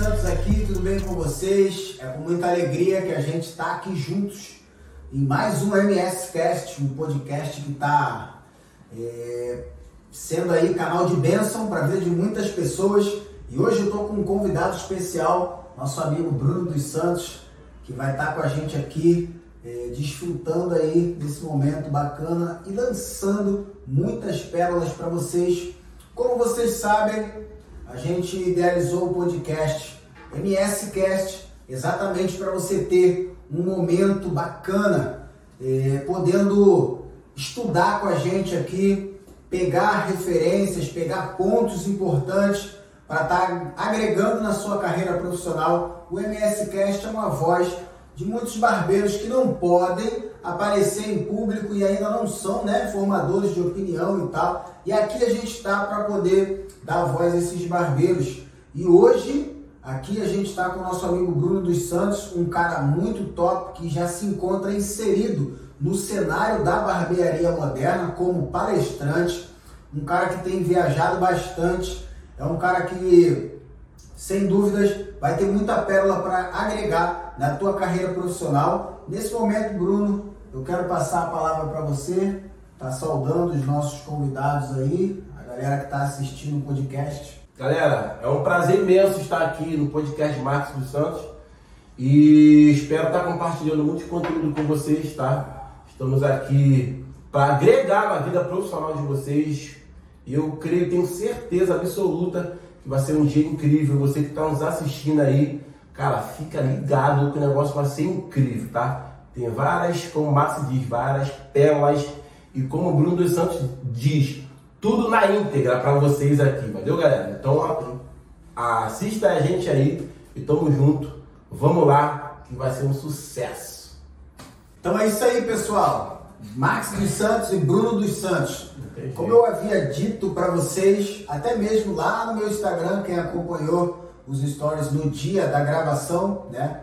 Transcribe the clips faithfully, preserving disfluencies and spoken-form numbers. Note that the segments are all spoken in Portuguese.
Santos aqui, tudo bem com vocês? É com muita alegria que a gente está aqui juntos em mais um M S Cast, um podcast que está é, sendo aí canal de bênção para a vida de muitas pessoas. E hoje eu estou com um convidado especial, nosso amigo Bruno dos Santos, que vai estar com a gente aqui, é, desfrutando aí desse momento bacana e lançando muitas pérolas para vocês. Como vocês sabem, a gente idealizou o podcast M S Cast exatamente para você ter um momento bacana, é, podendo estudar com a gente aqui, pegar referências, pegar pontos importantes para estar agregando na sua carreira profissional. O M S Cast é uma voz de muitos barbeiros que não podem aparecer em público e ainda não são, né, formadores de opinião e tal. E aqui a gente está para poder dar voz a esses barbeiros. E hoje, aqui a gente está com o nosso amigo Bruno dos Santos, um cara muito top que já se encontra inserido no cenário da barbearia moderna como palestrante, um cara que tem viajado bastante, é um cara que, sem dúvidas, vai ter muita pérola para agregar na tua carreira profissional. Nesse momento, Bruno, eu quero passar a palavra para você, tá saudando os nossos convidados aí, a galera que está assistindo o podcast. Galera, é um prazer imenso estar aqui no podcast Marcos dos Santos e espero estar compartilhando muito conteúdo com vocês, tá? Estamos aqui para agregar na vida profissional de vocês e eu creio, tenho certeza absoluta que vai ser um dia incrível. Você que está nos assistindo aí, cara, fica ligado que o negócio vai ser incrível, tá? Tem várias, como o Max diz, várias pérolas e como o Bruno dos Santos diz, tudo na íntegra para vocês aqui, valeu, galera? Então assista a gente aí e tamo junto, vamos lá que vai ser um sucesso. Então é isso aí, pessoal. Max dos Santos e Bruno dos Santos. Como eu havia dito para vocês, até mesmo lá no meu Instagram, quem acompanhou os stories no dia da gravação, né?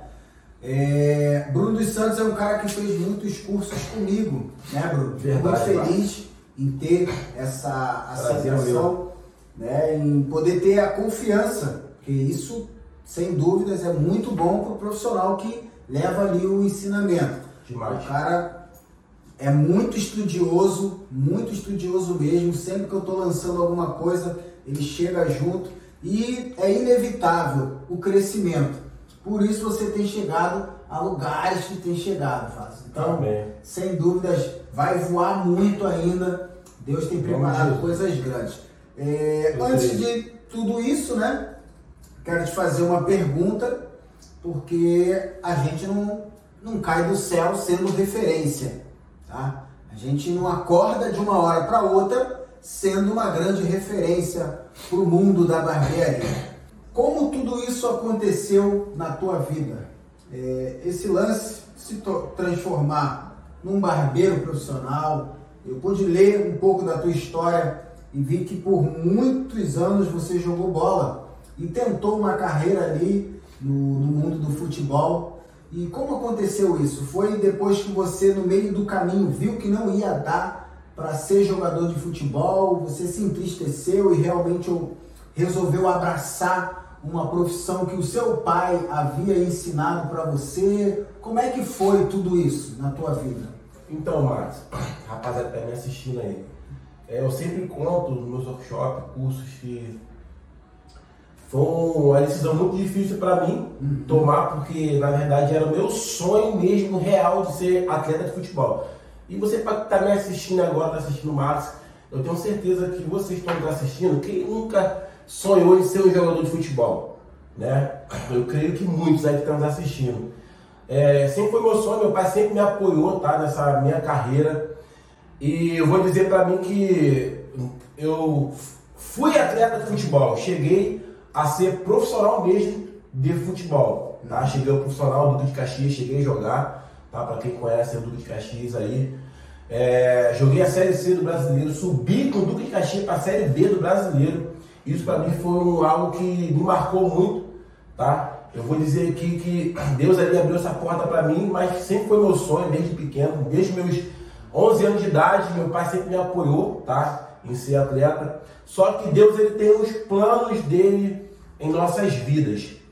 É, Bruno dos Santos é um cara que fez muitos cursos comigo, né, Bruno? Verdade, muito feliz cara. Em ter essa aceitação, né, em poder ter a confiança, porque isso, sem dúvidas, é muito bom para o profissional que leva ali o ensinamento. Demais. O cara é muito estudioso, muito estudioso mesmo. Sempre que eu estou lançando alguma coisa, ele chega junto e é inevitável o crescimento. Por isso você tem chegado a lugares que tem chegado, Fábio. Então, Amém. Sem dúvidas, vai voar muito ainda. Deus tem preparado coisas grandes. É, antes de tudo isso, né? Quero te fazer uma pergunta, porque a gente não, não cai do céu sendo referência, tá? A gente não acorda de uma hora para outra sendo uma grande referência para o mundo da barbearia. Como tudo isso aconteceu na tua vida? É, esse lance de se transformar num barbeiro profissional, eu pude ler um pouco da tua história e vi que por muitos anos você jogou bola e tentou uma carreira ali no, no mundo do futebol. E como aconteceu isso? Foi depois que você, no meio do caminho, viu que não ia dar para ser jogador de futebol, você se entristeceu e realmente resolveu abraçar uma profissão que o seu pai havia ensinado para você? Como é que foi tudo isso na tua vida? Então, Marcos, rapaziada que tá me assistindo aí, é, eu sempre conto nos meus workshops, cursos, que foi uma decisão muito difícil para mim uhum. tomar, porque na verdade era o meu sonho mesmo real de ser atleta de futebol. E você que tá me assistindo agora, tá assistindo o Marcos, eu tenho certeza que vocês estão me assistindo, quem nunca sonhou em ser um jogador de futebol, né? Eu creio que muitos aí que estão assistindo. É, sempre foi meu sonho, meu pai sempre me apoiou, tá, nessa minha carreira. E eu vou dizer para mim que eu fui atleta de futebol, cheguei a ser profissional mesmo de futebol, tá? Cheguei ao profissional do Duque de Caxias, cheguei a jogar, tá? Para quem conhece o Duque de Caxias aí. É, joguei a Série C do Brasileiro, subi com o Duque de Caxias para a Série B do Brasileiro. Isso para mim foi um, algo que me marcou muito, tá? Eu vou dizer aqui que Deus ali abriu essa porta para mim, mas sempre foi meu sonho desde pequeno, desde meus onze anos de idade, meu pai sempre me apoiou, tá? Em ser atleta. Só que Deus ele tem os planos dele em nossas vidas.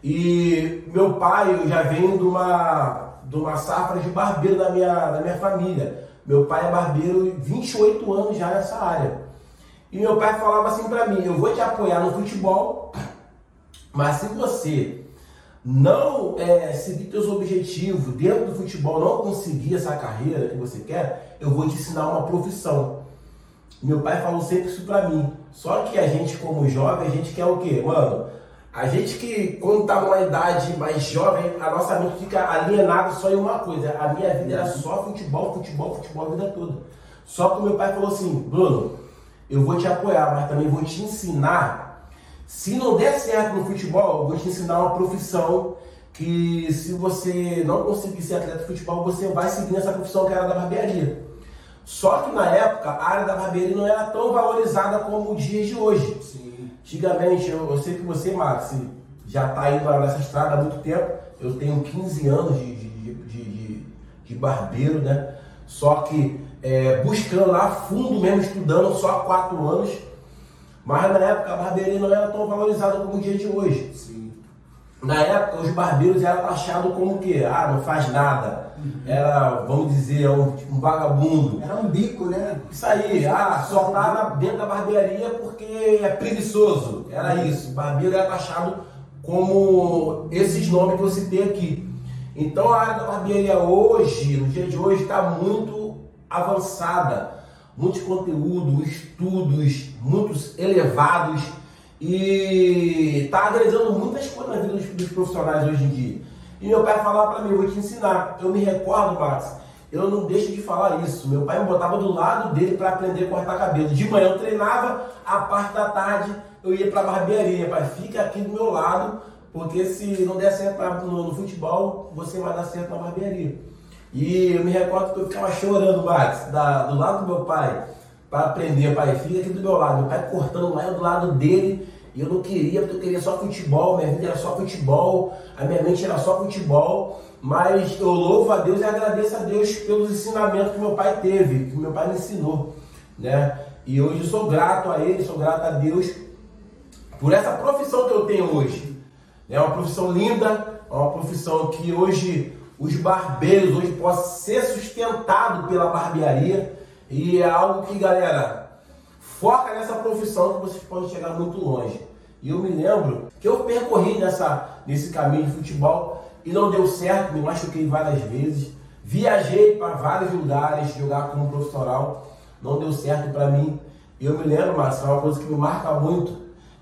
E meu pai, eu já venho de uma, de uma safra de barbeiro da minha, da minha família. Meu pai é barbeiro vinte e oito anos já nessa área. E meu pai falava assim pra mim, eu vou te apoiar no futebol, mas se você não é, seguir seus objetivos dentro do futebol, não conseguir essa carreira que você quer, eu vou te ensinar uma profissão. Meu pai falou sempre isso pra mim. Só que a gente, como jovem, a gente quer o quê? Mano, a gente que, quando tá numa idade mais jovem, a nossa mente fica alienada só em uma coisa. A minha vida era só futebol, futebol, futebol a vida toda. Só que o meu pai falou assim, Bruno, eu vou te apoiar, mas também vou te ensinar. Se não der certo no futebol, eu vou te ensinar uma profissão que, se você não conseguir ser atleta de futebol, você vai seguir nessa profissão que era da barbearia. Só que na época, a área da barbearia não era tão valorizada como os dias de hoje. Sim. Antigamente, eu, eu sei que você, Max, já está indo nessa estrada há muito tempo. Eu tenho quinze anos de, de, de, de, de barbeiro, né? Só que é, buscando lá fundo mesmo, estudando só há quatro anos. Mas na época a barbearia não era tão valorizada como o dia de hoje. Sim. Na época os barbeiros eram taxados como o quê? Ah, não faz nada. Uhum. Era, vamos dizer, um, um vagabundo. Era um bico, né? Isso aí, ah, só tá dentro da barbearia porque é preguiçoso. Era isso. O barbeiro era taxado como esses nomes que eu citei aqui. Então a área da barbearia hoje, no dia de hoje, está muito avançada. Muitos conteúdos, estudos, muitos elevados e está agregando muitas coisas na vida dos, dos profissionais hoje em dia. E meu pai falava para mim, eu vou te ensinar. Eu me recordo, Max, eu não deixo de falar isso. Meu pai me botava do lado dele para aprender a cortar cabelo. De manhã eu treinava, a parte da tarde eu ia para a barbearia. Pai, fica aqui do meu lado, porque se não der certo no, no futebol, você vai dar certo na barbearia. E eu me recordo que eu ficava chorando, Max, da, do lado do meu pai, para aprender. Pai, fica aqui do meu lado. Meu pai cortando lá do lado dele, e eu não queria, porque eu queria só futebol, minha vida era só futebol, a minha mente era só futebol. Mas eu louvo a Deus e agradeço a Deus pelos ensinamentos que meu pai teve, que meu pai me ensinou, né? E hoje eu sou grato a ele, sou grato a Deus por essa profissão que eu tenho hoje. É uma profissão linda, é uma profissão que hoje os barbeiros hoje possam ser sustentados pela barbearia. E é algo que, galera, foca nessa profissão que vocês podem chegar muito longe. E eu me lembro que eu percorri nessa, nesse caminho de futebol e não deu certo, me machuquei várias vezes. Viajei para vários lugares jogar como profissional, não deu certo para mim. E eu me lembro, Marcelo, é uma coisa que me marca muito,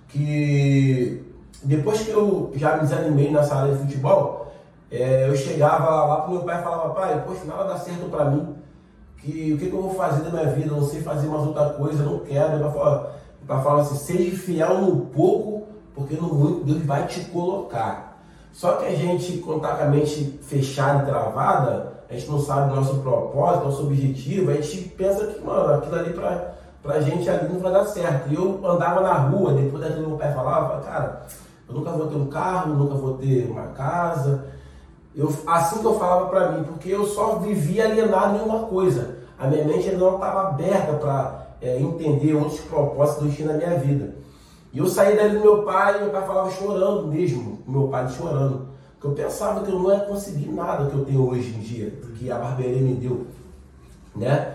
que depois que eu já me desanimei nessa área de futebol, É, eu chegava lá pro meu pai e falava, pai, poxa, nada dá certo pra mim, que, o que, que eu vou fazer da minha vida, eu não sei fazer mais outra coisa, eu não quero. Meu pai falava, meu pai falava assim, seja fiel no pouco, porque no muito Deus vai te colocar. Só que a gente, quando tá com a mente fechada e travada, a gente não sabe o nosso propósito, nosso objetivo, a gente pensa que, mano, aquilo ali pra, pra gente ali não vai dar certo. E eu andava na rua, depois daquilo meu pai falava, cara, eu nunca vou ter um carro, nunca vou ter uma casa. Eu, assim que eu falava para mim, porque eu só vivia alienado em uma coisa. A minha mente não estava aberta para é, entender outros propósitos que eu tinha na minha vida. E eu saí dali do meu pai, e meu pai falava chorando mesmo, meu pai chorando. Porque eu pensava que eu não ia conseguir nada que eu tenho hoje em dia, que a barbearia me deu, né?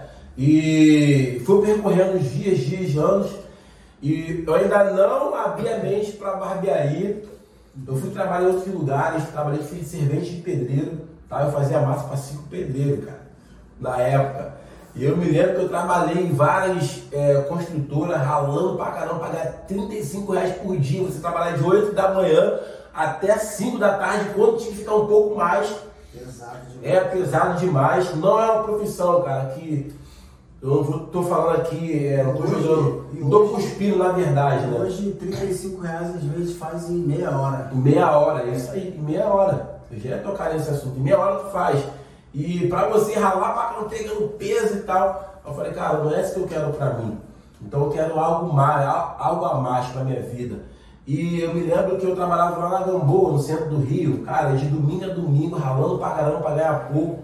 E fui percorrendo os dias, dias, anos, e eu ainda não abri a mente para a barbearia. Eu fui trabalhar em outros lugares, trabalhei de servente de pedreiro, tá? Eu fazia massa para cinco pedreiros, cara, na época. E eu me lembro que eu trabalhei em várias é, construtoras, ralando pra caramba, pagar trinta e cinco reais por dia. Você trabalhar de oito da manhã até cinco da tarde, quando tinha que ficar um pouco mais. Pesado demais. É pesado demais. Não é uma profissão, cara, que eu não tô falando aqui, é, não tô jogando, não tô cuspindo na verdade, né? Hoje trinta e cinco reais às vezes faz em meia hora. Em meia hora, é isso aí, em meia hora. Eu já ia tocar nesse assunto, em meia hora tu faz. E pra você ralar pra cá, pegando peso e tal, eu falei, cara, não é isso que eu quero pra mim. Então eu quero algo mais, algo a mais pra minha vida. E eu me lembro que eu trabalhava lá na Gamboa, no centro do Rio, cara, de domingo a domingo, ralando pra caramba pra ganhar pouco.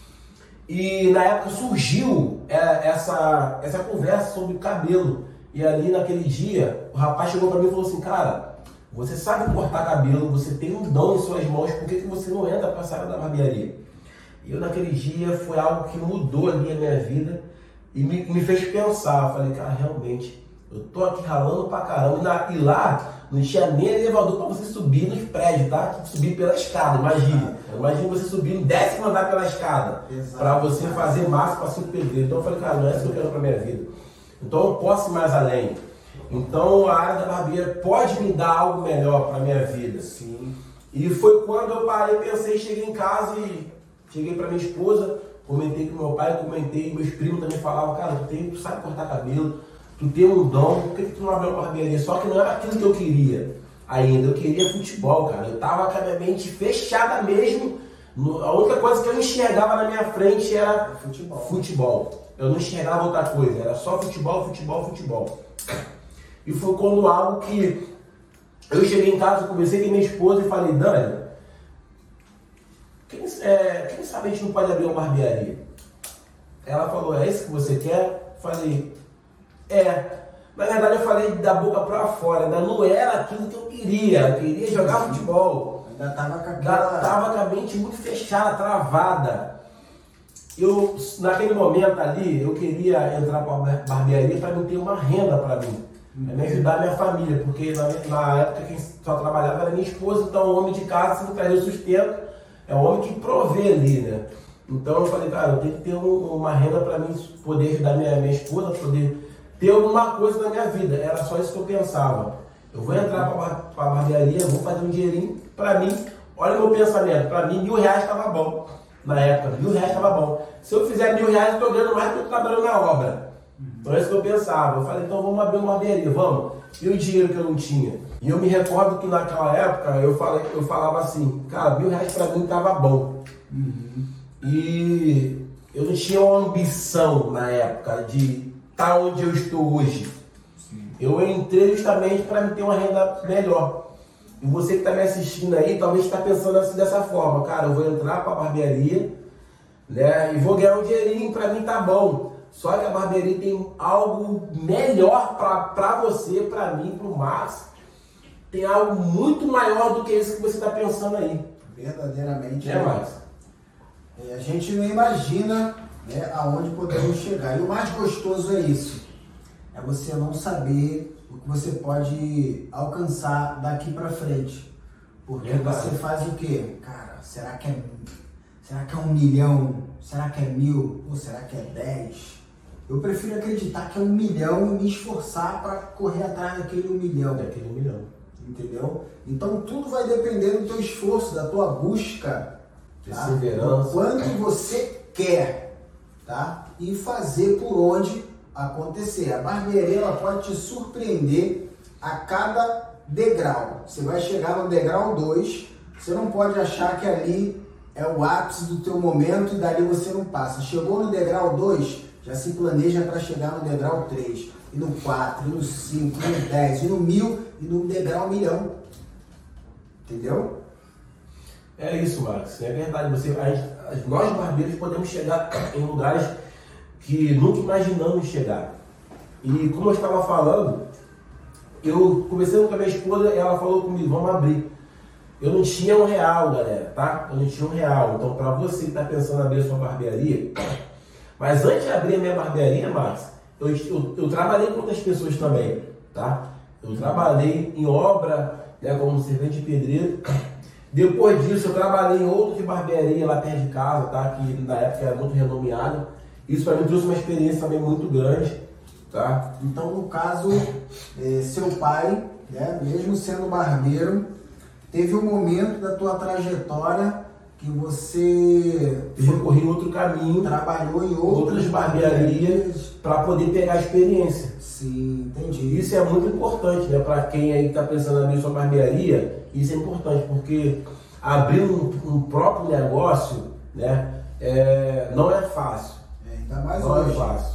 E na época surgiu essa, essa conversa sobre cabelo. E ali naquele dia, o rapaz chegou pra mim e falou assim, cara, Você sabe cortar cabelo, você tem um dom em suas mãos, por que, que você não entra para a sala da barbearia? E eu naquele dia foi algo que mudou ali a minha vida e me, me fez pensar. Eu falei, cara, realmente, eu tô aqui ralando pra caramba. E, na, e lá não tinha nem elevador para você subir nos prédios, tá? Tinha que subir pela escada, imagine. Imagine você subir no décimo andar pela escada para você fazer massa para cinco pedreiros. Então eu falei, cara, não é isso que eu quero pra minha vida. Então eu posso ir mais além. Então a área da barbearia pode me dar algo melhor para minha vida. Sim. E foi quando eu parei, pensei, cheguei em casa e cheguei para minha esposa, comentei com meu pai, comentei, meus primos também falavam, cara, tu, tem, tu sabe cortar cabelo, tu tem um dom, por que tu não abriu uma barbearia? Só que não era aquilo que eu queria ainda, eu queria futebol, cara. Eu tava com a minha mente fechada mesmo, no, a única coisa que eu enxergava na minha frente era futebol. futebol. Eu não enxergava outra coisa, era só futebol, futebol, futebol. E foi quando algo que eu cheguei em casa, conversei com minha esposa e falei, Dani, quem, é, quem sabe a gente não pode abrir uma barbearia? Ela falou, é isso que você quer? Falei, é. Na verdade eu falei da boca pra fora, ainda não era aquilo que eu queria, eu queria jogar futebol. Ainda tava com aquela... Ainda tava com a mente muito fechada, travada. Eu, naquele momento ali, eu queria entrar para a barbearia para não ter uma renda para mim, para me ajudar a minha família, porque na, na época quem só trabalhava era minha esposa, então o homem de casa, se não trazer o sustento, é o homem que provê ali, né? Então eu falei, cara, eu tenho que ter um, uma renda para mim poder ajudar minha, minha esposa, poder ter alguma coisa na minha vida. Era só isso que eu pensava. Eu vou entrar para a barbearia, vou fazer um dinheirinho para mim. Olha o meu pensamento, para mim mil reais estava bom. Na época, mil reais estava bom. Se eu fizer mil reais, eu estou ganhando mais do que eu estou trabalhando na obra. Então é isso que eu pensava. Eu falei, então vamos abrir uma barbearia, vamos. E o dinheiro que eu não tinha? E eu me recordo que naquela época eu, falei, eu falava assim, cara, mil reais para mim estava bom. Uhum. E eu não tinha uma ambição na época de estar onde eu estou hoje. Sim. Eu entrei justamente para me ter uma renda melhor. E você que está me assistindo aí, talvez está pensando assim dessa forma, cara, eu vou entrar para a barbearia, né, e vou ganhar um dinheirinho, para mim tá bom. Só que a barbearia tem algo melhor para você, para mim, para o Max. Tem algo muito maior do que isso que você está pensando aí. Verdadeiramente. É, Max? É, a gente não imagina, né, aonde podemos chegar. E o mais gostoso é isso. É você não saber o que você pode alcançar daqui para frente. Porque é você faz o quê? Cara, será que é, será que é um milhão? Será que é mil? Ou será que é dez? Eu prefiro acreditar que é um milhão e me esforçar para correr atrás daquele um milhão. Daquele um milhão. Entendeu? Então tudo vai depender do teu esforço, da tua busca. Tá? Perseverança. O quanto você quer, tá? E fazer por onde acontecer. A barbearia ela pode te surpreender a cada degrau. Você vai chegar no degrau dois, você não pode achar que ali é o ápice do teu momento e dali você não passa. Chegou no degrau dois, já se planeja para chegar no degrau três, e no quatro, e no cinco, e no dez, e no mil, e no degrau milhão. Entendeu? É isso, Max. É verdade. Você, as, nós barbeiros podemos chegar em lugares que nunca imaginamos chegar. E como eu estava falando, eu conversando com a minha esposa e ela falou comigo, vamos abrir. Eu não tinha um real, galera, tá? Eu não tinha um real. Então, para você que está pensando em abrir a sua barbearia, mas antes de abrir a minha barbearia, Max, eu, eu, eu trabalhei com outras pessoas também, tá? Eu trabalhei em obra, né, como servente de pedreiro. Depois disso, eu trabalhei em outra barbearia lá perto de casa, tá? Que na época era muito renomeada. Isso para mim trouxe uma experiência também muito grande, tá? Então, no caso, é, seu pai, né, mesmo sendo barbeiro, teve um momento da tua trajetória que você percorreu outro caminho, trabalhou em outras, outras barbearias para poder pegar a experiência. Sim, entendi. Isso é muito importante, né? Para quem aí está pensando em abrir sua barbearia, isso é importante, porque abrir um, um próprio negócio, né, é, não é fácil. É, ainda mais não hoje. é fácil.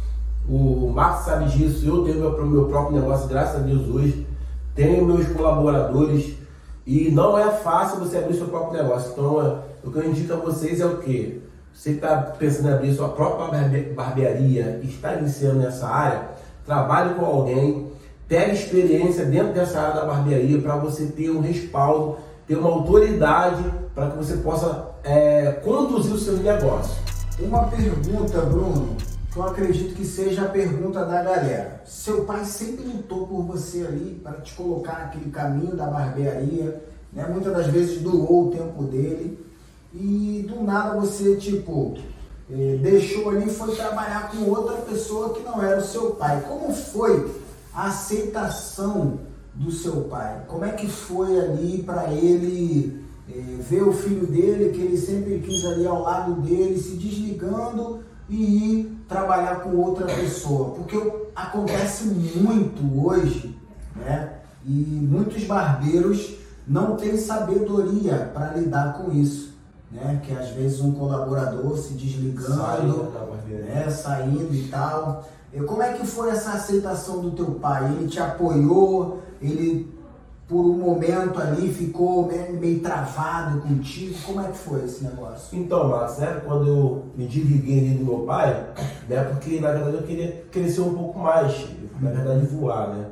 O, o Marcos sabe disso, eu tenho meu, meu próprio negócio, graças a Deus, hoje. Tenho meus colaboradores e não é fácil você abrir seu próprio negócio. Então, é, o que eu indico a vocês é o quê? Você que está pensando em abrir sua própria barbe barbearia e está iniciando nessa área, trabalhe com alguém, pega experiência dentro dessa área da barbearia para você ter um respaldo, ter uma autoridade para que você possa é, conduzir o seu negócio. Uma pergunta, Bruno, que eu acredito que seja a pergunta da galera. Seu pai sempre lutou por você ali para te colocar naquele caminho da barbearia, né? Muitas das vezes doou o tempo dele e do nada você, tipo, eh, deixou ali e foi trabalhar com outra pessoa que não era o seu pai. Como foi a aceitação do seu pai? Como é que foi ali para ele eh, ver o filho dele, que ele sempre quis ali ao lado dele, se desligando e ir trabalhar com outra pessoa? Porque acontece muito hoje, né? E muitos barbeiros não têm sabedoria para lidar com isso, né? Que às vezes um colaborador se desligando, né? Saindo e tal. Como é que foi essa aceitação do teu pai? Ele te apoiou? Ele, por um momento ali, ficou meio, meio travado contigo? Como é que foi esse negócio? Então, Marcos, né, quando eu me desliguei ali do meu pai, né, porque na verdade eu queria crescer um pouco mais, na verdade voar, né?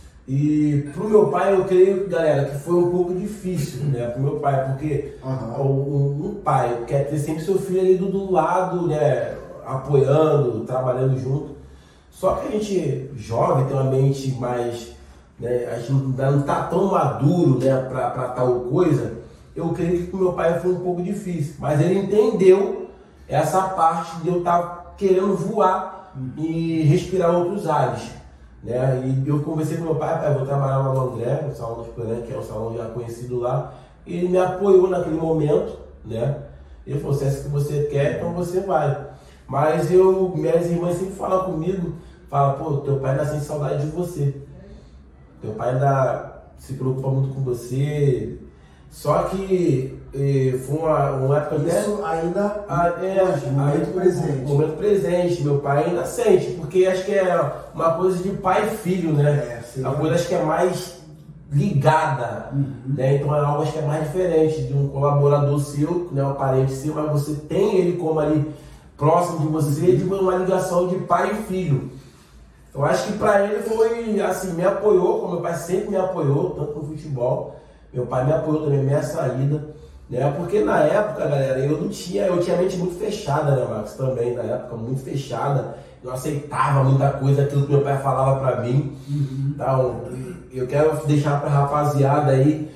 E pro meu pai, eu creio, galera, que foi um pouco difícil, né, pro meu pai, porque uhum. um, um pai quer ter sempre seu filho ali do, do lado, né, apoiando, trabalhando junto. Só que a gente jovem tem uma mente mais, né, a gente não está tão maduro, né, para tal coisa. Eu creio que com meu pai foi um pouco difícil, mas ele entendeu essa parte de eu estar tá querendo voar e respirar outros ares, né? E eu conversei com meu pai, pai, vou trabalhar lá no André, no Salão do Esperança, que é um salão já conhecido lá, e ele me apoiou naquele momento, né? Ele falou, se é isso que você quer, então você vai. Mas eu, minhas irmãs sempre falam comigo, falam, pô, teu pai ainda sente saudade de você. Teu pai ainda se preocupa muito com você. Só que eh, foi uma, uma época... Isso até, ainda a, é, hoje, momento aí, presente. Momento presente, meu pai ainda sente, porque acho que é uma coisa de pai e filho, né? É, sim, uma coisa acho que é mais ligada, uhum. né? Então é algo acho que é mais diferente de um colaborador seu, né? Um parente seu, mas você tem ele como ali próximo de você, de uma ligação de pai e filho. Eu acho que para ele foi assim, me apoiou, como meu pai sempre me apoiou, tanto no futebol. Meu pai me apoiou também na minha saída, né? Porque na época, galera, eu não tinha, eu tinha a mente muito fechada, né, Marcos? Também, na época, muito fechada. Eu aceitava muita coisa, aquilo que meu pai falava para mim. Uhum. Então, eu quero deixar pra rapaziada aí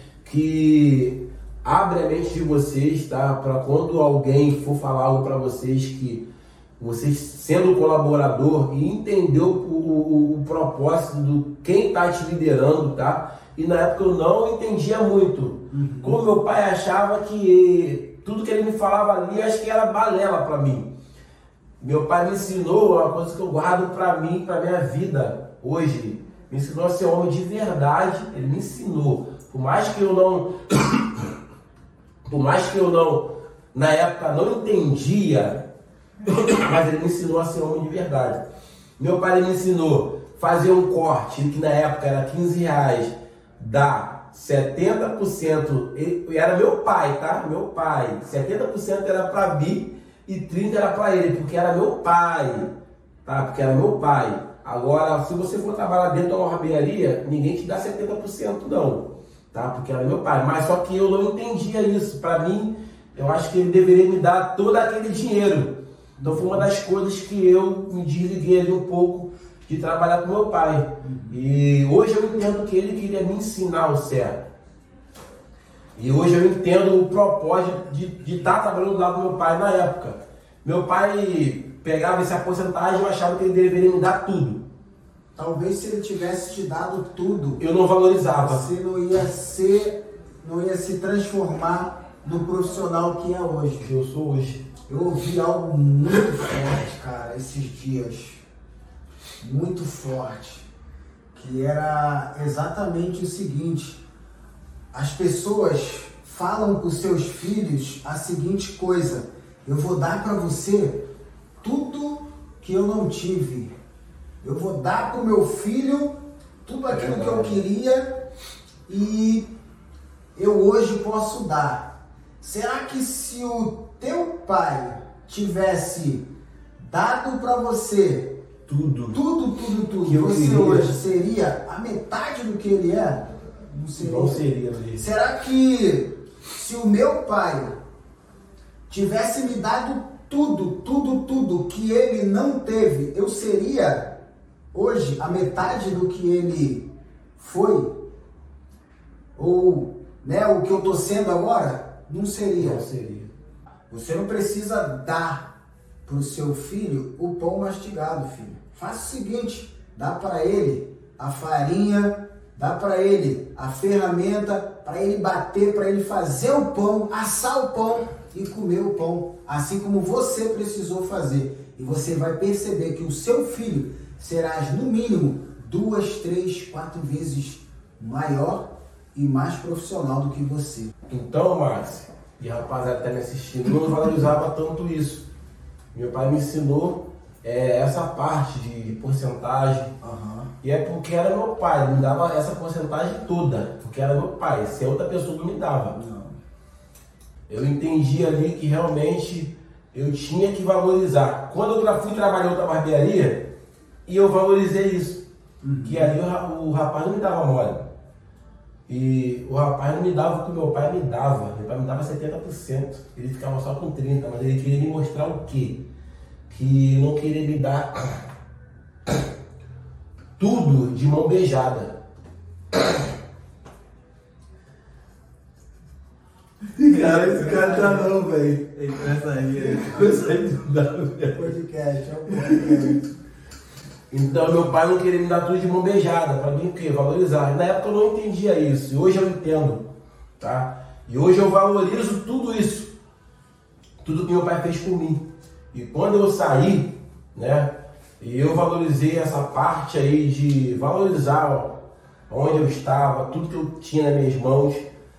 que abre a mente de vocês, tá? Para quando alguém for falar algo para vocês, que vocês sendo colaborador e entender o, o, o propósito do quem está te liderando, tá? E na época eu não entendia muito. Uhum. Como meu pai achava que tudo que ele me falava ali, acho que era balela para mim. Meu pai me ensinou uma coisa que eu guardo para mim, para minha vida hoje. Me ensinou a ser homem de verdade. Ele me ensinou. Por mais que eu não... Por mais que eu não, na época, não entendia, mas ele me ensinou a ser homem de verdade. Meu pai ele me ensinou a fazer um corte, que na época era quinze reais, dá setenta por cento, ele, era meu pai, tá? Meu pai. setenta por cento era para mim e trinta por cento era para ele, porque era meu pai, tá? Porque era meu pai. Agora, se você for trabalhar dentro de uma barbearia, ninguém te dá setenta por cento não. Tá? Porque era meu pai, mas só que eu não entendia isso. Para mim, eu acho que ele deveria me dar todo aquele dinheiro. Então foi uma das coisas que eu me desliguei ali um pouco de trabalhar com meu pai. E hoje eu entendo que ele queria me ensinar o certo. E hoje eu entendo o propósito de estar trabalhando do lado do meu pai na época. Meu pai pegava essa porcentagem e eu achava que ele deveria me dar tudo. Talvez se ele tivesse te dado tudo, eu não valorizava. Você não ia ser, não ia se transformar no profissional que é hoje. Que eu sou hoje. Eu ouvi algo muito forte, cara, esses dias. Muito forte. Que era exatamente o seguinte. As pessoas falam para os seus filhos a seguinte coisa: eu vou dar para você tudo que eu não tive. Eu vou dar para o meu filho tudo aquilo que eu queria e eu hoje posso dar. Será que se o teu pai tivesse dado para você tudo. Tudo, tudo, tudo. Que eu Você queria. hoje seria a metade do que ele é? Não seria. Não seria mesmo. Será que se o meu pai tivesse me dado tudo, tudo, tudo que ele não teve, eu seria hoje a metade do que ele foi? Ou, né, o que eu tô sendo agora? Não seria. Não seria. Você não precisa dar para o seu filho o pão mastigado, filho. Faça o seguinte, dá para ele a farinha, dá para ele a ferramenta, para ele bater, para ele fazer o pão, assar o pão e comer o pão, assim como você precisou fazer. E você vai perceber que o seu filho será, no mínimo, duas, três, quatro vezes maior e mais profissional do que você. Então, Márcio, e rapaziada que tá me assistindo, eu não valorizava tanto isso. Meu pai me ensinou é, essa parte de porcentagem. Uhum. E é porque era meu pai, ele me dava essa porcentagem toda. Porque era meu pai, se é outra pessoa não me dava. Não. Eu entendi ali que realmente eu tinha que valorizar. Quando eu fui trabalhar em outra barbearia, e eu valorizei isso. Uhum. Que ali o, o rapaz não me dava mole. E o rapaz não me dava o que meu pai me dava. Meu pai me dava setenta por cento. Ele ficava só com trinta por cento, mas ele queria me mostrar o quê? Que não queria me dar tudo de mão beijada. Cara, esse cara tá não, velho. Ele começa a rir. Coisa aí não dá, velho. Podcast, é um podcast. Então meu pai não queria me dar tudo de mão beijada, para mim o quê? Valorizar. E na época eu não entendia isso, e hoje eu entendo, tá? E hoje eu valorizo tudo isso, tudo que meu pai fez por mim. E quando eu saí, né, e eu valorizei essa parte aí de valorizar ó, onde eu estava, tudo que eu tinha nas minhas mãos.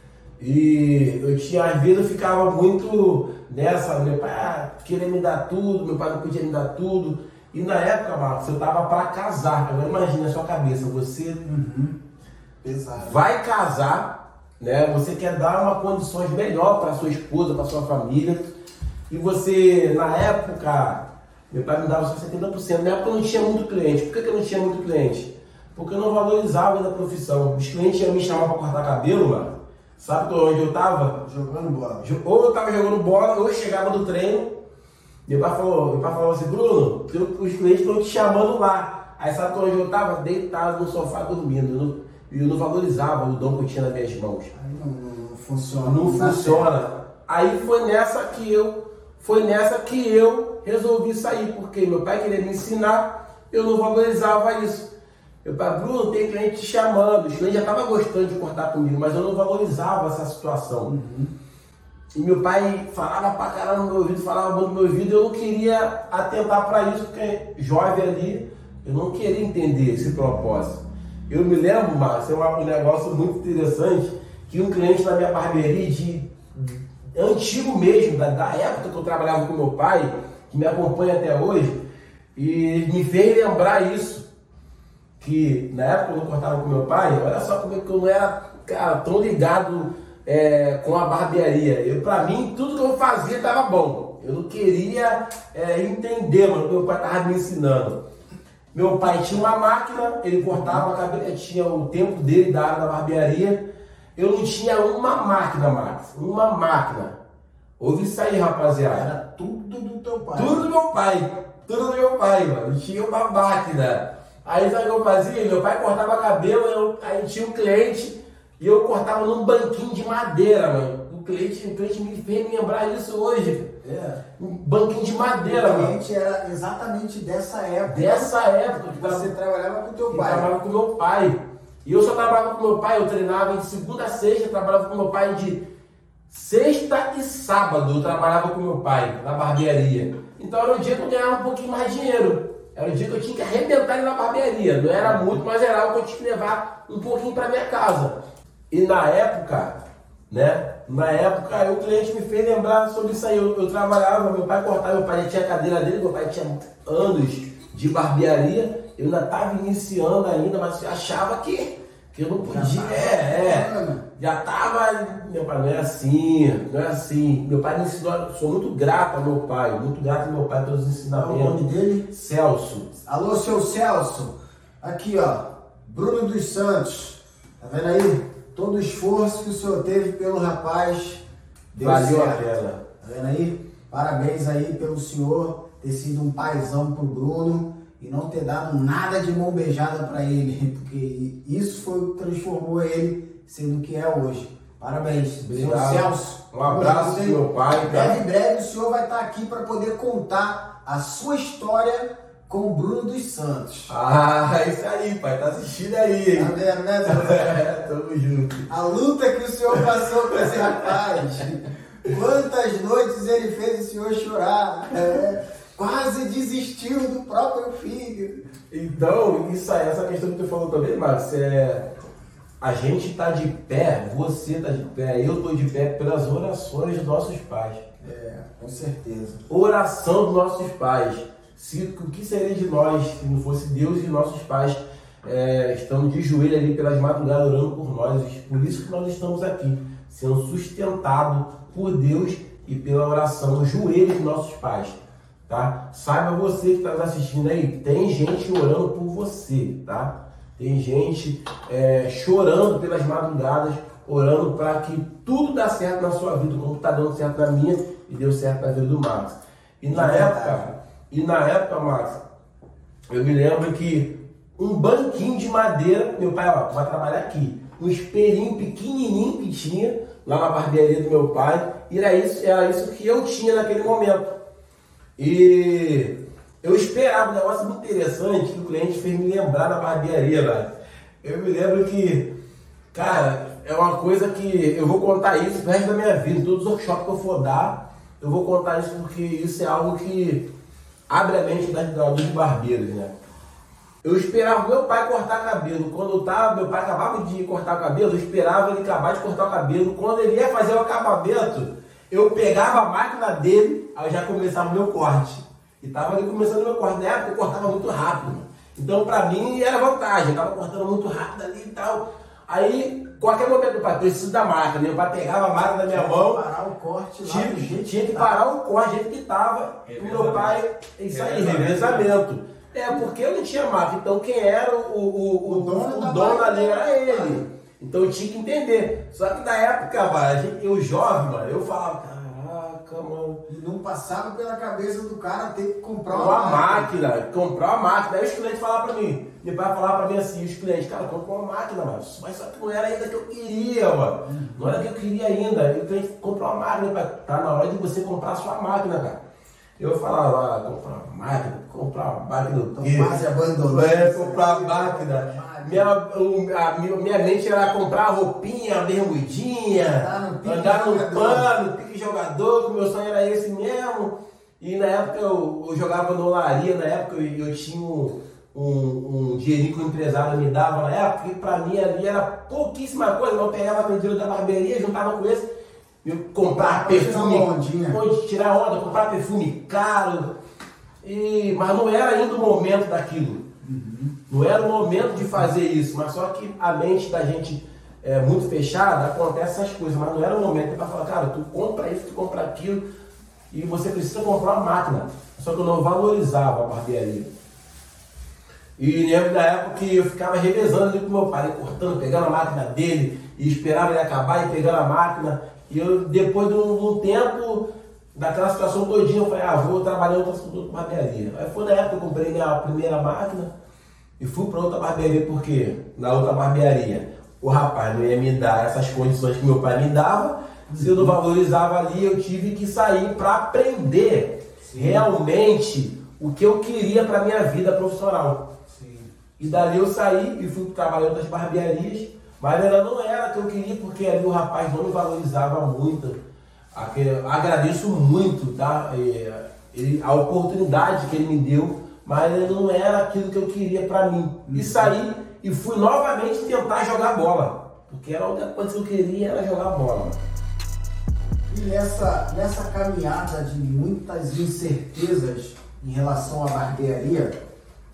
E eu tinha, às vezes eu ficava muito nessa, meu pai ah, queria me dar tudo, meu pai não podia me dar tudo. E na época, Marcos, eu tava para casar. Agora imagina a sua cabeça, você Uhum. Exato. vai casar, né? Você quer dar uma condições melhor para sua esposa, para sua família. E você, na época, meu pai me dava só setenta por cento. Na época eu não tinha muito cliente. Por que, que eu não tinha muito cliente? Porque eu não valorizava ainda a profissão. Os clientes iam me chamar para cortar cabelo, mano. Sabe onde eu tava? Jogando bola. Ou eu tava jogando bola, ou eu chegava do treino. Meu pai falou, meu pai falou assim, Bruno, os clientes estão te chamando lá. Aí sabe onde eu estava? Deitado no sofá dormindo. E eu, eu não valorizava o dom que eu tinha nas minhas mãos. Aí não, não funciona. Não, não funciona. Aí foi nessa que eu, foi nessa que eu resolvi sair, porque meu pai queria me ensinar, eu não valorizava isso. Meu pai, Bruno, tem cliente te chamando. Os clientes já estavam gostando de cortar comigo, mas eu não valorizava essa situação. Uhum. E meu pai falava pra caramba no meu ouvido, falava muito no meu ouvido, e eu não queria atentar para isso, porque jovem ali, eu não queria entender esse propósito. Eu me lembro, Márcio, é um negócio muito interessante, que um cliente na minha barbearia, de, de antigo mesmo, da, da época que eu trabalhava com meu pai, que me acompanha até hoje, e me fez lembrar isso, que na época que eu cortava com meu pai, olha só como é que eu não era, cara, tão ligado É, com a barbearia. Eu, pra mim, tudo que eu fazia estava bom. Eu não queria é, entender, mano, o que meu pai estava me ensinando. Meu pai tinha uma máquina, ele cortava a cabelo, tinha o tempo dele da área da barbearia. Eu não tinha uma máquina, Max. Uma máquina. Ouve isso aí, rapaziada. Era tudo do teu pai. Tudo do meu pai. Tudo do meu pai, mano. Tinha uma máquina. Aí sabe o que eu fazia? Meu pai cortava cabelo, eu, aí tinha um cliente. E eu cortava num banquinho de madeira, mano. O cliente, o cliente me fez me lembrar isso hoje. É. Um banquinho de madeira, O mano. cliente era exatamente dessa época. Dessa época que Você trabalhava com teu eu pai. trabalhava com meu pai. E eu só trabalhava com meu pai, eu treinava de segunda a sexta, eu trabalhava com meu pai de sexta e sábado, eu trabalhava com meu pai na barbearia. Então era o dia que eu ganhava um pouquinho mais de dinheiro. Era o dia que eu tinha que arrebentar ele na barbearia. Não era muito, mas era algo que eu tinha que levar um pouquinho para minha casa. E na época, né? Na época, o cliente me fez lembrar sobre isso aí. Eu, eu trabalhava, meu pai cortava, meu pai já tinha a cadeira dele, meu pai tinha anos de barbearia. Eu ainda estava iniciando ainda, mas eu achava que, que eu não podia. É, é. já tava, meu pai, não é assim, não é assim. Meu pai me ensinou, sou muito grato ao meu pai, muito grato ao meu pai pelos ensinamentos. Qual o nome dele? Celso. Alô, seu Celso. Aqui, ó, Bruno dos Santos. Tá vendo aí? Todo o esforço que o senhor teve pelo rapaz deu Valeu certo. a pena. Tá vendo aí? Parabéns aí pelo senhor ter sido um paizão pro Bruno e não ter dado nada de mão beijada para ele, porque isso foi o que transformou ele sendo o que é hoje. Parabéns, Obrigado. senhor Celso. Um abraço pro meu pai. Breve, breve, o senhor vai estar aqui para poder contar a sua história com o Bruno dos Santos. Ah, isso aí, pai. Tá assistindo aí, hein? Tá vendo, né, senhor? É, tamo junto. A luta que o senhor passou com esse rapaz. Quantas noites ele fez o senhor chorar. É, quase desistiu do próprio filho. Então, isso aí, essa questão que tu falou também, Marcos, é... A gente tá de pé, você tá de pé, eu tô de pé pelas orações dos nossos pais. É, com certeza. Oração dos nossos pais. Se, o que seria de nós se não fosse Deus e nossos pais é, estando de joelho ali pelas madrugadas orando por nós? Por isso que nós estamos aqui, sendo sustentados por Deus e pela oração, no joelho dos nossos pais. Tá? Saiba você que está nos assistindo aí, tem gente orando por você, tá? Tem gente é, chorando pelas madrugadas, orando para que tudo dê certo na sua vida, como está dando certo na minha e deu certo na vida do Max. E na É época, e na época, Max, eu me lembro que um banquinho de madeira, meu pai, ó, tu vai trabalhar aqui, um espelhinho pequenininho que tinha lá na barbearia do meu pai, e era isso, era isso que eu tinha naquele momento. E eu esperava um negócio muito interessante que o cliente fez me lembrar na barbearia, velho. Eu me lembro que, cara, é uma coisa que eu vou contar isso pro resto da minha vida. Em todos os workshops que eu for dar, eu vou contar isso porque isso é algo que abre a mente dos barbeiros, né? Eu esperava meu pai cortar cabelo. Quando eu tava, meu pai acabava de cortar o cabelo, eu esperava ele acabar de cortar o cabelo. Quando ele ia fazer o acabamento, eu pegava a máquina dele, aí eu já começava o meu corte. E tava ali começando o meu corte. Na época eu cortava muito rápido. Então pra mim era vantagem. Eu tava cortando muito rápido ali e tal. Aí, qualquer momento, pai, preciso da máquina. Meu pai pegava a máquina na minha mão. Parar o corte lá Tinha, do jeito tinha que tá. parar o corte do jeito que tava. O meu pai, isso aí, revezamento. É, porque eu não tinha máquina. Então quem era o, o, o, O dono o da dono máquina ali era era ele. Então eu tinha que entender. Só que na época, mano, a gente, eu jovem, mano, eu falava, caraca, mano. E não passava pela cabeça do cara ter que comprar uma, Uma máquina, máquina, comprar uma máquina. Aí os clientes falavam pra mim, meu pai falava pra mim assim, os clientes, cara, compra uma máquina, mano. Mas só que não era ainda que eu queria, mano. Não era que eu queria ainda. E o cliente comprou uma máquina, pai. Tá na hora de você comprar a sua máquina, cara. Eu falava, ah, comprar uma máquina, comprar uma máquina do quê? Quase abandonando. É, comprar uma máquina. Minha, o, a, minha mente era comprar roupinha, bermudinha, andar no pano, pique jogador, que meu sonho era esse mesmo. E na época eu, eu jogava no Olaria, na época eu, eu tinha um, um, um dinheirinho que o empresário me dava na época, e pra mim ali era pouquíssima coisa. Eu pegava aquele dinheiro da barbearia, juntava com esse, eu comprar perfume, onde tirar onda, comprar perfume caro, e, mas não era ainda o momento daquilo. Uhum. Não era o momento de fazer isso, mas só que a mente da gente é muito fechada, acontece essas coisas, mas não era o momento para falar, cara, tu compra isso, tu compra aquilo, e você precisa comprar uma máquina. Só que eu não valorizava a barbearia. E lembro da época que eu ficava revezando ali com meu pai, cortando, pegando a máquina dele, e esperava ele acabar e pegando a máquina. E eu, depois de um, de um tempo, daquela situação todinha, eu falei, ah, vou trabalhar em outra barbearia. Aí foi na época que eu comprei minha primeira máquina e fui para outra barbearia, porque na outra barbearia o rapaz não ia me dar essas condições que meu pai me dava. Se eu não valorizava ali, eu tive que sair para aprender Sim. realmente o que eu queria para minha vida profissional. Sim. E dali eu saí e fui trabalhar em outras barbearias, mas ela não era a que eu queria, porque ali o rapaz não me valorizava muito. Agradeço muito, tá? Ele, a oportunidade que ele me deu, mas ele não era aquilo que eu queria para mim. E saí e fui novamente tentar jogar bola, porque era a única coisa que eu queria, era jogar bola. E nessa, nessa caminhada de muitas incertezas em relação à barbearia,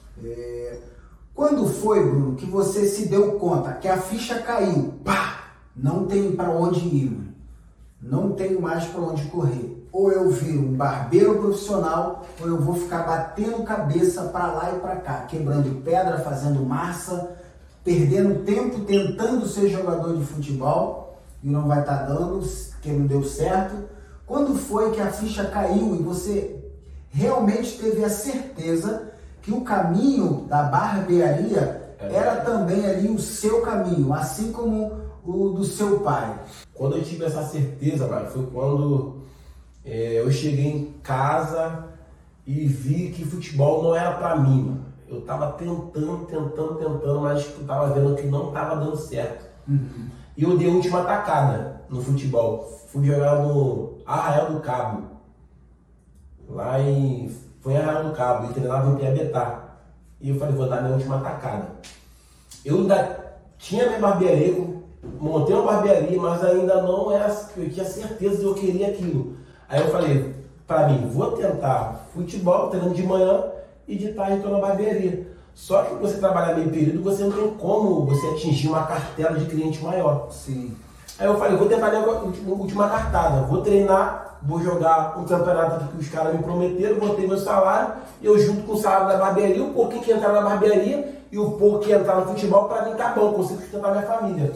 é, quando foi, Bruno, que você se deu conta que a ficha caiu, pá, não tenho para onde ir, mano. Não tenho mais para onde correr. Ou eu viro um barbeiro profissional, ou eu vou ficar batendo cabeça para lá e para cá, quebrando pedra, fazendo massa, perdendo tempo tentando ser jogador de futebol e não vai estar dando, porque não deu certo. Quando foi que a ficha caiu e você realmente teve a certeza que o caminho da barbearia era também ali o seu caminho, assim como o do seu pai? Quando eu tive essa certeza, mano, foi quando é, eu cheguei em casa e vi que futebol não era pra mim, mano. Eu tava tentando, tentando, tentando, mas eu tava vendo que não tava dando certo. Uhum. E eu dei a última tacada no futebol. Fui jogar no Arraial do Cabo. Lá em... Foi em Arraial do Cabo, e treinava em Piabetá. E eu falei, vou dar minha última tacada. Eu ainda tinha minha barbearia, montei uma barbearia, mas ainda não era... Eu tinha certeza de que eu queria aquilo. Aí eu falei, pra mim, vou tentar futebol, treinando de manhã, e de tarde estou na barbearia. Só que você trabalhar meio período, você não tem como você atingir uma cartela de cliente maior. Sim. Aí eu falei, vou tentar a última cartada, vou treinar, vou jogar um campeonato que os caras me prometeram, botei meu salário, e eu junto com o salário da barbearia, o pouquinho que entrar na barbearia e o pouco que entrar no futebol, para mim tá bom, consigo sustentar minha família.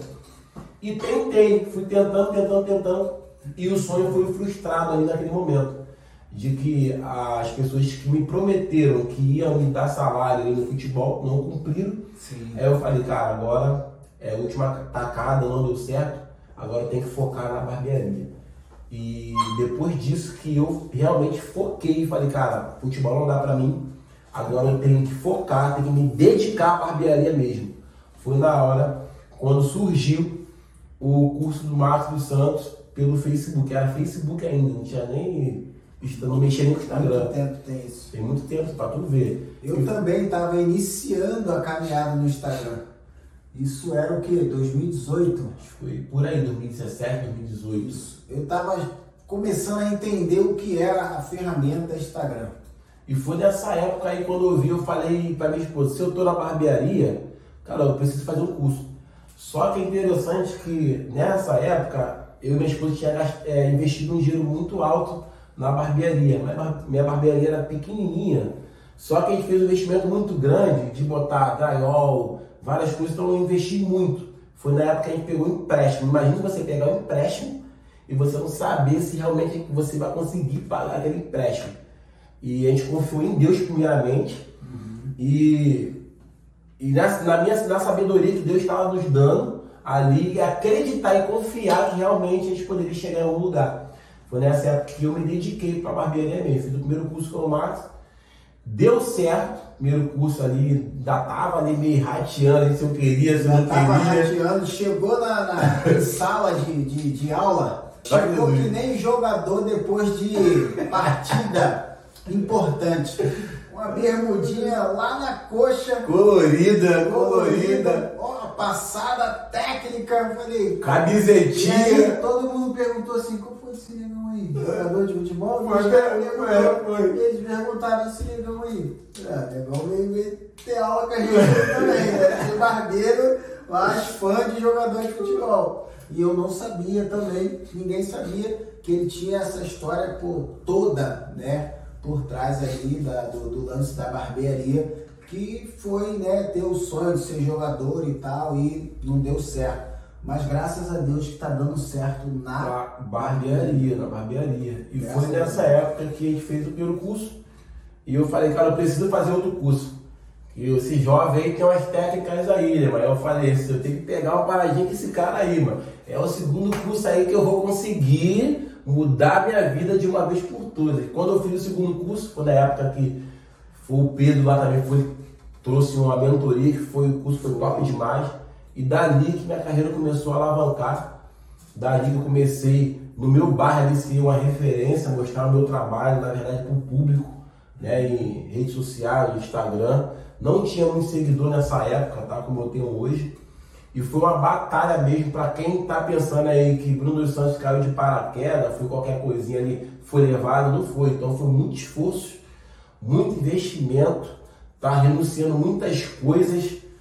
E tentei, fui tentando, tentando, tentando, e o sonho foi frustrado ali naquele momento. De que as pessoas que me prometeram que iam me dar salário no futebol não cumpriram. Sim. Aí eu falei, cara, agora é a última tacada, não deu certo, agora eu tenho que focar na barbearia. E depois disso que eu realmente foquei e falei, cara, futebol não dá pra mim, agora eu tenho que focar, tenho que me dedicar à barbearia mesmo. Foi na hora, quando surgiu o curso do Marcos dos Santos pelo Facebook, era Facebook ainda, não tinha nem... não mexer no Instagram. Muito tempo tem isso. Tem muito tempo pra tu ver. Eu e... também estava iniciando a caminhada no Instagram. Isso era o quê? dois mil e dezoito? Acho que foi por aí, dois mil e dezessete, dois mil e dezoito. Isso. Eu estava começando a entender o que era a ferramenta Instagram. E foi nessa época aí, quando eu vi, eu falei pra minha esposa, se eu tô na barbearia, cara, eu preciso fazer um curso. Só que é interessante que nessa época, eu e minha esposa tinha é, investido um dinheiro muito alto na barbearia. Minha barbearia era pequenininha, só que a gente fez um investimento muito grande de botar drywall, várias coisas, então eu investi muito. Foi na época que a gente pegou um empréstimo. Imagina você pegar um empréstimo e você não saber se realmente você vai conseguir pagar aquele empréstimo. E a gente confiou em Deus primeiramente, uhum. e, e na, na minha na sabedoria que Deus estava nos dando ali, acreditar e confiar que realmente a gente poderia chegar em algum lugar. Foi nessa época que eu me dediquei para a barbearia mesmo. Fiz o primeiro curso com o Marcos, deu certo. Primeiro curso ali, já tava ali meio rateando, se eu queria, se eu não queria. Já tava rateando, chegou na, na sala de, de, de aula, chegou que nem jogador depois de partida importante. Uma bermudinha lá na coxa. Colorida, colorida. colorida. Ó, passada técnica. Eu falei, camisetinha. E aí, todo mundo perguntou assim, qual foi esse negão aí? Jogador de futebol? Foi, foi, foi. Eles perguntaram esse negão aí. Ah, negão veio ter aula com a gente também, né? Ser barbeiro, mas fã de jogador de futebol. E eu não sabia também, ninguém sabia que ele tinha essa história por toda, né? Por trás aí da, do, do lance da barbearia, que foi, né, ter o sonho de ser jogador e tal, e não deu certo. Mas graças a Deus que tá dando certo na barbearia, na barbearia. E graças foi nessa época que a gente fez o primeiro curso. E eu falei, cara, eu preciso fazer outro curso. E esse jovem aí tem umas técnicas aí, né, mas eu falei, eu tenho que pegar uma paradinha com esse cara aí, mano. É o segundo curso aí que eu vou conseguir mudar minha vida de uma vez por todas. Quando eu fiz o segundo curso, foi na época que foi o Pedro lá também, foi, trouxe uma mentoria, que foi, o curso foi top demais. E dali que minha carreira começou a alavancar. Dali que eu comecei, no meu bairro ali, ser uma referência, mostrar o meu trabalho, na verdade, para o público, né, em redes sociais, Instagram. Não tinha muito seguidor nessa época, tá, como eu tenho hoje. E foi uma batalha mesmo para quem está pensando aí que Bruno dos Santos caiu de paraquedas, foi qualquer coisinha ali, foi levado, não foi. Então foi muito esforço, muito investimento, tá renunciando muitas coisas,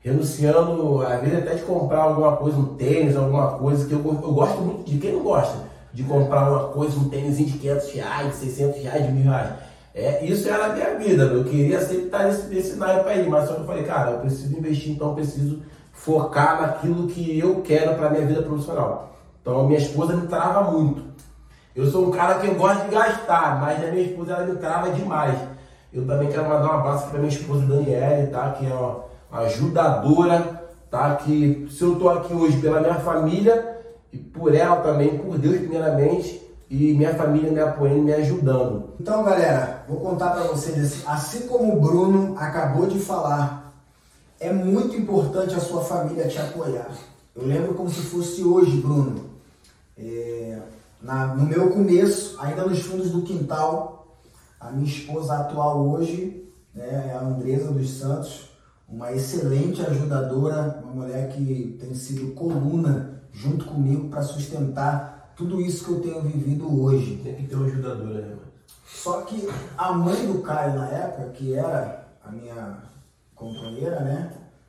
renunciando, às vezes até de comprar alguma coisa, um tênis, alguma coisa, que eu, eu gosto muito de, quem não gosta de comprar uma coisa, um tênis de quinhentos reais, de seiscentos reais, de mil reais. É, isso era a minha vida, eu queria sempre estar nesse, nesse naipe aí, mas só que eu falei, cara, eu preciso investir, então eu preciso focar naquilo que eu quero para minha vida profissional. Então minha esposa me trava muito. Eu sou um cara que eu gosto de gastar, mas a minha esposa ela me trava demais. Eu também quero mandar um abraço para minha esposa Daniele, tá? Que é uma ajudadora, tá? Que se eu tô aqui hoje pela minha família e por ela também, por Deus primeiramente, e minha família me apoiando, me ajudando. Então, galera, vou contar para vocês, assim como o Bruno acabou de falar, é muito importante a sua família te apoiar. Eu lembro como se fosse hoje, Bruno. É, na, no meu começo, ainda nos fundos do quintal, a minha esposa atual hoje, né, é a Andresa dos Santos, uma excelente ajudadora, uma mulher que tem sido coluna junto comigo para sustentar tudo isso que eu tenho vivido hoje. Tem que ter uma ajudadora, né, mano? Só que a mãe do Caio na época, que era a minha companheira, né,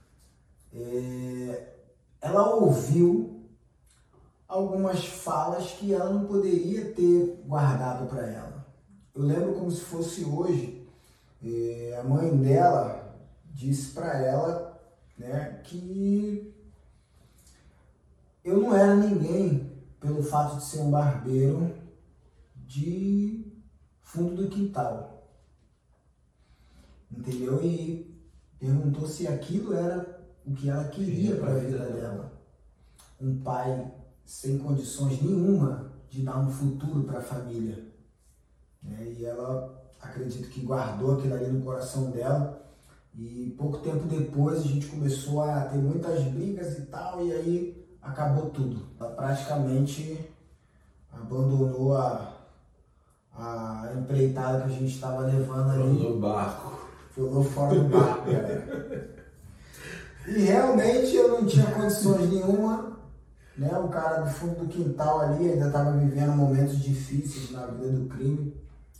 é, ela ouviu algumas falas que ela não poderia ter guardado para ela. Eu lembro como se fosse hoje, é, a mãe dela disse para ela, né, que eu não era ninguém pelo fato de ser um barbeiro de fundo do quintal, entendeu? E perguntou se aquilo era o que ela queria para a vida dela. Um pai sem condições nenhuma de dar um futuro para a família, né? E ela, acredito que guardou aquilo ali no coração dela. E pouco tempo depois a gente começou a ter muitas brigas e tal, e aí acabou tudo. Ela praticamente abandonou a, a empreitada que a gente estava levando ali. Pulou o barco. Pulou fora do barco, galera. E realmente eu não tinha condições nenhuma, né? O cara do fundo do quintal ali ainda estava vivendo momentos difíceis na vida do crime.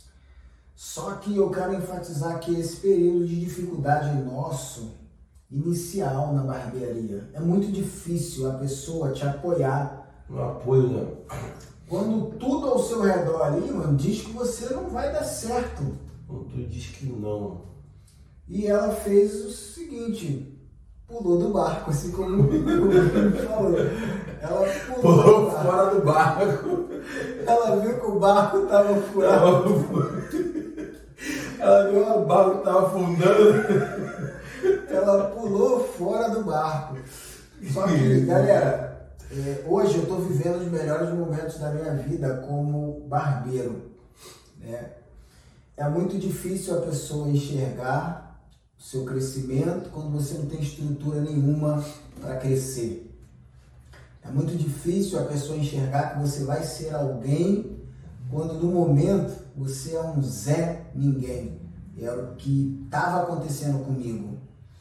Só que eu quero enfatizar que esse período de dificuldade nosso, inicial na barbearia, é muito difícil a pessoa te apoiar. Um apoio, né? Quando tudo ao seu redor ali, mano, diz que você não vai dar certo. Quando tu diz que não. E ela fez o seguinte, pulou do barco, assim como o Bruno falou. Ela pulou, pulou do fora do barco. Ela viu que o barco estava furado. Ela viu que o barco estava afundando. Ela pulou fora do barco. Só que, galera, é, hoje eu estou vivendo os melhores momentos da minha vida como barbeiro, né? É muito difícil a pessoa enxergar o seu crescimento quando você não tem estrutura nenhuma para crescer. É muito difícil a pessoa enxergar que você vai ser alguém quando no momento você é um Zé Ninguém. É o que estava acontecendo comigo.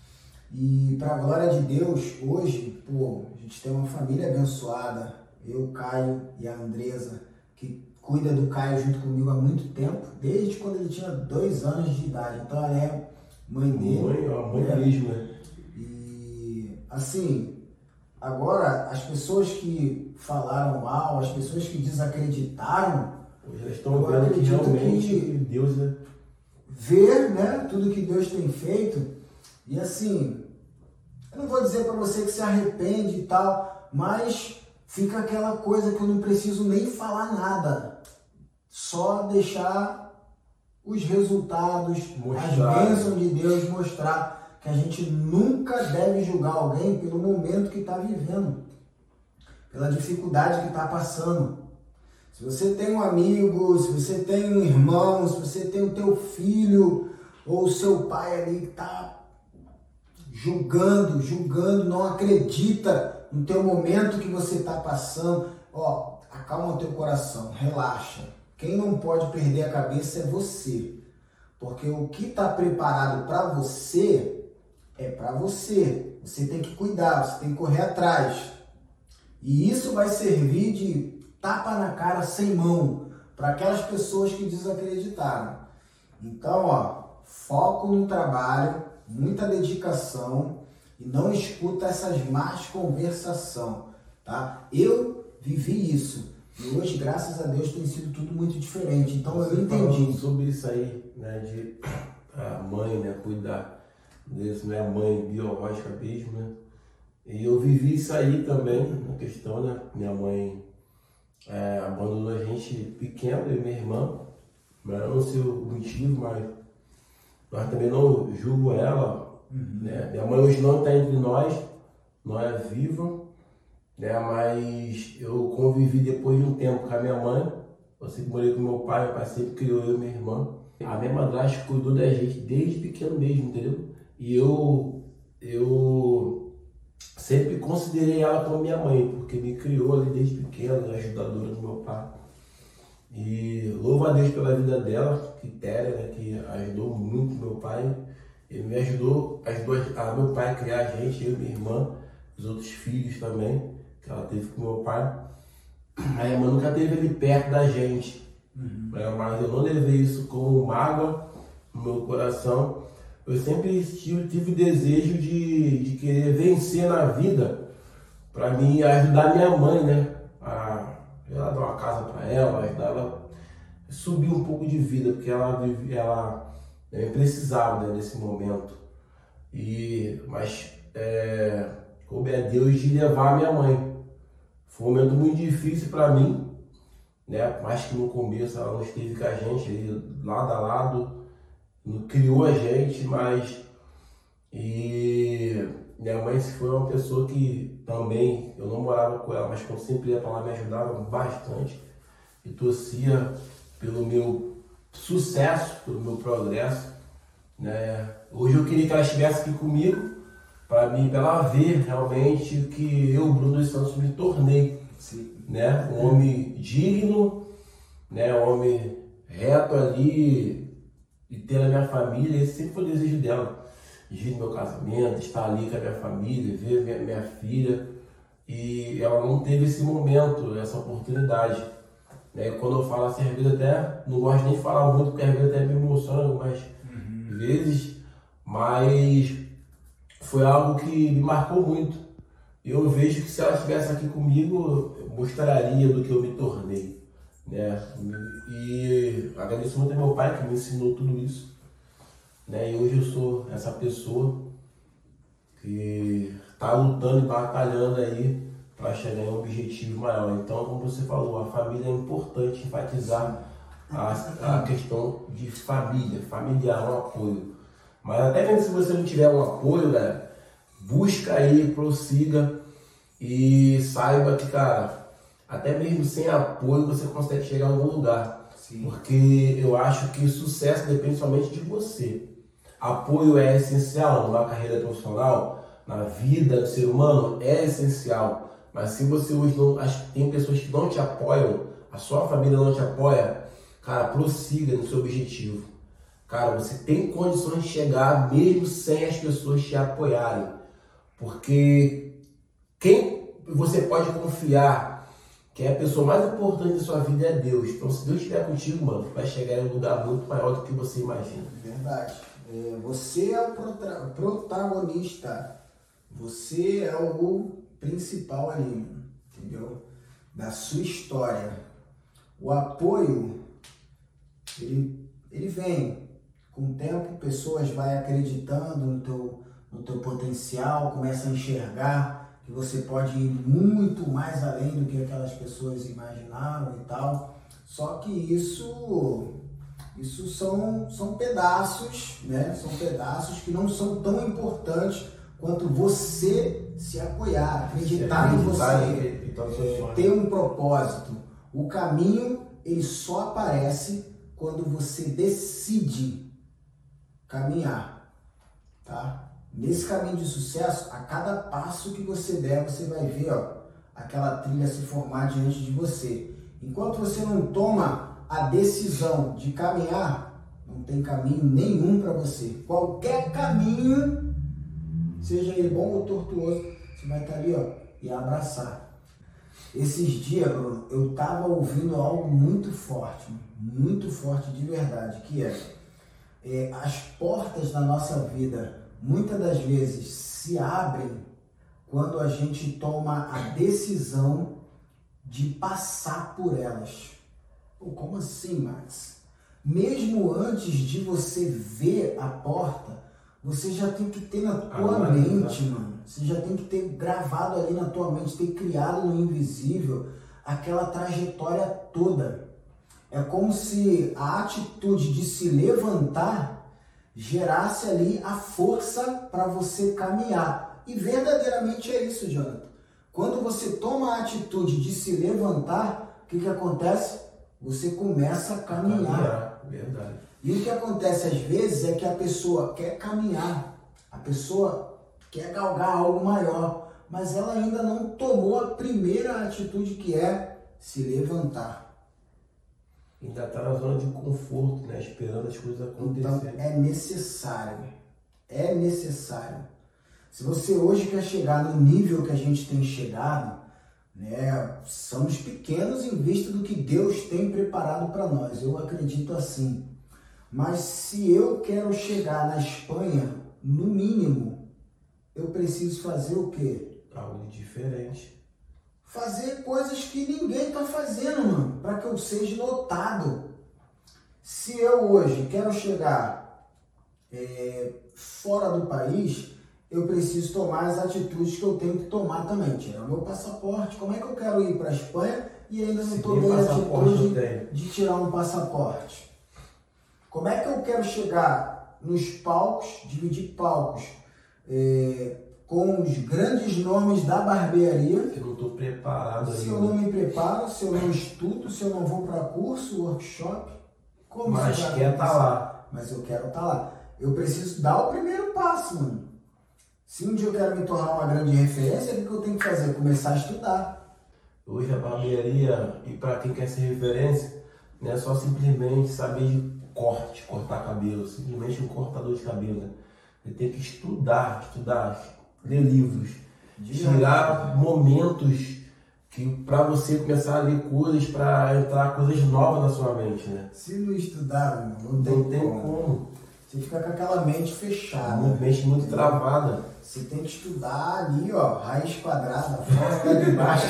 E para a glória de Deus, hoje, pô, a gente tem uma família abençoada. Eu, Caio e a Andresa, que cuida do Caio junto comigo há muito tempo, desde quando ele tinha dois anos de idade. Então ela é mãe dele. Mãe, ó, mãe né? mesmo, né? E assim, agora as pessoas que falaram mal, as pessoas que desacreditaram, hoje elas estão vendo que realmente que Deus é... ver, né, tudo que Deus tem feito. E assim, eu não vou dizer para você que se arrepende e tal, mas fica aquela coisa que eu não preciso nem falar nada, só deixar os resultados, mostrar, as bênçãos de Deus, mostrar que a gente nunca deve julgar alguém pelo momento que está vivendo, pela dificuldade que está passando. Se você tem um amigo, se você tem um irmão, se você tem o teu filho ou o seu pai ali que está julgando, julgando, não acredita no teu momento que você está passando, ó, acalma o teu coração, relaxa. Quem não pode perder a cabeça é você, porque o que está preparado para você é para você. Você tem que cuidar, você tem que correr atrás. E isso vai servir de tapa na cara sem mão para aquelas pessoas que desacreditaram. Então, ó, foco no trabalho, muita dedicação e não escuta essas más conversação, tá? Eu vivi isso e hoje, graças a Deus, tem sido tudo muito diferente. Então Você eu entendi sobre isso aí, né, de a mãe, né, cuidar disso, né, a mãe biológica mesmo, né? E eu vivi isso aí também, na questão, né? Minha mãe é, abandonou a gente pequeno, eu e minha irmã, mas eu não sei o motivo, mas nós também não julgo ela, uhum. né? Minha mãe hoje não está entre nós, não é viva, né? Mas eu convivi depois de um tempo com a minha mãe, eu sempre morei com meu pai, meu pai sempre criou eu e minha irmã. A minha madrasta cuidou da gente desde pequeno mesmo, entendeu? E eu, eu sempre considerei ela como minha mãe, porque me criou ali desde pequeno, ajudadora do meu pai. E louvo a Deus pela vida dela, Quitéria, né, que ajudou muito meu pai. Ele me ajudou, ajudou a meu pai a criar a gente, eu e minha irmã, os outros filhos também, que ela teve com meu pai. A irmã nunca teve ele perto da gente, uhum. mas eu não levei isso como mágoa no meu coração. Eu sempre tive, tive o desejo de, de querer vencer na vida para me ajudar minha mãe, né? A ela dar uma casa para ela, ajudar ela a subir um pouco de vida, porque ela, ela né, precisava, né, nesse momento. E, mas é, coube a Deus de levar a minha mãe. Foi um momento muito difícil para mim, né? Mais que no começo ela não esteve com a gente, ali, lado a lado, criou a gente, mas e minha mãe foi uma pessoa que também, eu não morava com ela, mas quando sempre ia para lá me ajudava bastante e torcia pelo meu sucesso, pelo meu progresso, né? Hoje eu queria que ela estivesse aqui comigo para mim, para ela ver realmente o que eu, Bruno dos Santos, me tornei, Sim. né? Um homem digno, né? Um homem reto ali, e ter a minha família. Esse sempre foi o desejo dela, de meu casamento, estar ali com a minha família, ver minha, minha filha, e ela não teve esse momento, essa oportunidade, né? Quando eu falo assim, às vezes até, não gosto nem de falar muito, porque às vezes até me emociona algumas uhum. vezes, mas foi algo que me marcou muito. Eu vejo que se ela estivesse aqui comigo, eu mostraria do que eu me tornei, né? E agradeço muito ao meu pai que me ensinou tudo isso, né? E hoje eu sou essa pessoa que está lutando e batalhando aí para chegar em um objetivo maior. Então, como você falou, a família é importante, enfatizar a, a questão de família, familiar, um apoio. Mas até mesmo se você não tiver um apoio, galera, busca aí, prossiga e saiba que, cara, até mesmo sem apoio você consegue chegar a algum lugar. Sim. Porque eu acho que sucesso depende somente de você. Apoio é essencial numa carreira profissional, na vida do ser humano, é essencial. Mas se você hoje não, acho que tem pessoas que não te apoiam, a sua família não te apoia, cara, prossiga no seu objetivo. Cara, você tem condições de chegar mesmo sem as pessoas te apoiarem. Porque quem você pode confiar que é a pessoa mais importante da sua vida é Deus. Então, se Deus estiver contigo, mano, vai chegar em um lugar muito maior do que você imagina. Verdade. É, você é o protagonista. Você é o principal ali, entendeu? Da sua história. O apoio, ele, ele vem. Com o tempo, pessoas vão acreditando no teu, no teu potencial, começam a enxergar que você pode ir muito mais além do que aquelas pessoas imaginaram e tal. Só que isso, isso são, são pedaços, né? São pedaços que não são tão importantes quanto você se apoiar, acreditar em você, ter um propósito. O caminho, ele só aparece quando você decide caminhar, tá? Nesse caminho de sucesso, a cada passo que você der, você vai ver, ó, aquela trilha se formar diante de você. Enquanto você não toma a decisão de caminhar, não tem caminho nenhum para você. Qualquer caminho, seja ele bom ou tortuoso, você vai estar ali, ó, e abraçar. Esses dias, Bruno, eu tava ouvindo algo muito forte, muito forte de verdade, que é, é as portas da nossa vida, muitas das vezes, se abrem quando a gente toma a decisão de passar por elas. Pô, como assim, Max? Mesmo antes de você ver a porta, você já tem que ter na tua ah, mente, tá. mano. Você já tem que ter gravado ali na tua mente, ter criado no invisível aquela trajetória toda. É como se a atitude de se levantar gerasse ali a força para você caminhar. E verdadeiramente é isso, Jonathan. Quando você toma a atitude de se levantar, o que, que acontece? Você começa a caminhar. caminhar. Verdade. E o que acontece às vezes é que a pessoa quer caminhar, a pessoa quer galgar algo maior, mas ela ainda não tomou a primeira atitude, que é se levantar. Ainda está na zona de conforto, né? Esperando as coisas acontecerem. Então é necessário, é necessário. Se você hoje quer chegar no nível que a gente tem chegado, né, somos pequenos em vista do que Deus tem preparado para nós, eu acredito assim. Mas se eu quero chegar na Espanha, no mínimo, eu preciso fazer o quê? Algo diferente. Fazer coisas que ninguém está fazendo, mano, para que eu seja notado. Se eu hoje quero chegar é, fora do país, eu preciso tomar as atitudes que eu tenho que tomar também. Tirar o meu passaporte. Como é que eu quero ir para a Espanha e ainda não tomei a atitude de tirar um passaporte? Como é que eu quero chegar nos palcos, dividir palcos é, com os grandes nomes da barbearia? Eu não estou preparado ainda. Se eu não me preparo, se eu não estudo, se eu não vou para curso, workshop, como Mas quer estar tá lá. Mas eu quero estar tá lá. Eu preciso dar o primeiro passo, mano. Se um dia eu quero me tornar uma grande referência, o que eu tenho que fazer? Começar a estudar. Hoje a barbearia, e para quem quer ser referência, não é só simplesmente saber de corte, cortar cabelo, simplesmente um cortador de cabelo. Né? Ele tem que estudar, estudar, ler livros, tirar momentos que para você começar a ler coisas, para entrar coisas novas na sua mente. Né? Se não estudar, mano, não tem, não tem como. como. Você fica com aquela mente fechada. Uma mente muito travada. Você tem que estudar ali, ó, raiz quadrada, fórmula de baixo.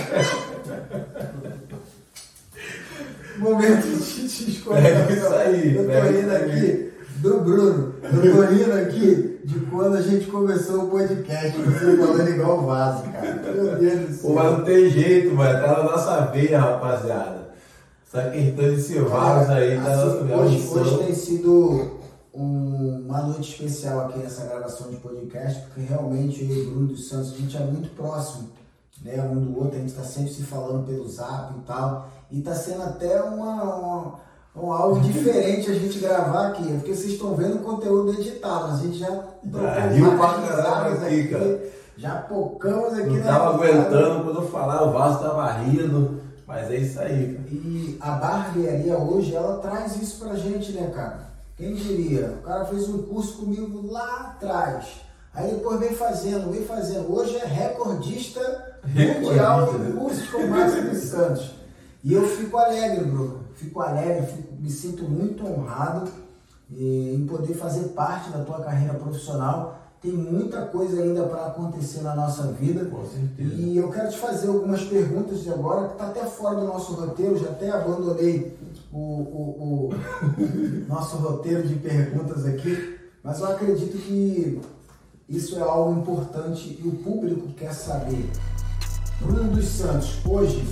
Momento de te escolher. É isso aí. Eu tô rindo aqui do Bruno. Eu tô rindo aqui de quando a gente começou o podcast. Você falando igual o vaso, cara. Meu Deus do céu. Pô, mas não tem jeito, mano. Tá na nossa veia, rapaziada. Essa questão de ser vasos aí tá assim, na nossa hoje, hoje tem sido um, uma noite especial aqui nessa gravação de podcast, porque realmente eu e o Bruno dos Santos, a gente é muito próximo, né, um do outro, a gente está sempre se falando pelo zap e tal, e está sendo até uma, uma, um algo diferente a gente gravar aqui, porque vocês estão vendo o conteúdo editado, a gente já ah, riu pra caramba aqui, cara. Já pocamos aqui. Não na tava aguentando quando eu falar, o vaso tava rindo, mas é isso aí, cara. E a barbearia hoje, ela traz isso pra gente, né, cara? Quem diria? O cara fez um curso comigo lá atrás. Aí depois veio fazendo, veio fazendo. Hoje é recordista, mundial de cursos com o Márcio dos Santos. E eu fico alegre, Bruno. Fico alegre, fico, me sinto muito honrado eh, em poder fazer parte da tua carreira profissional. Tem muita coisa ainda para acontecer na nossa vida. Com certeza. E eu quero te fazer algumas perguntas de agora, que está até fora do nosso roteiro, já até abandonei o, o, o nosso roteiro de perguntas aqui, mas eu acredito que isso é algo importante e o público quer saber. Bruno dos Santos, hoje,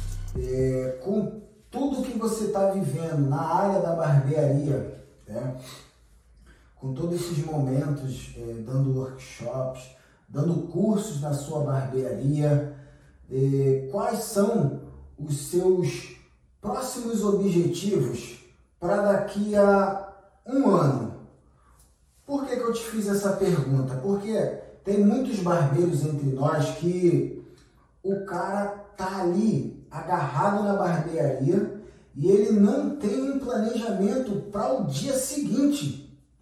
é, com tudo que você está vivendo na área da barbearia, né? Com todos esses momentos, eh, dando workshops, dando cursos na sua barbearia, eh, quais são os seus próximos objetivos para daqui a um ano? Por que que eu te fiz essa pergunta? Porque tem muitos barbeiros entre nós que o cara tá ali agarrado na barbearia e ele não tem um planejamento para o dia seguinte.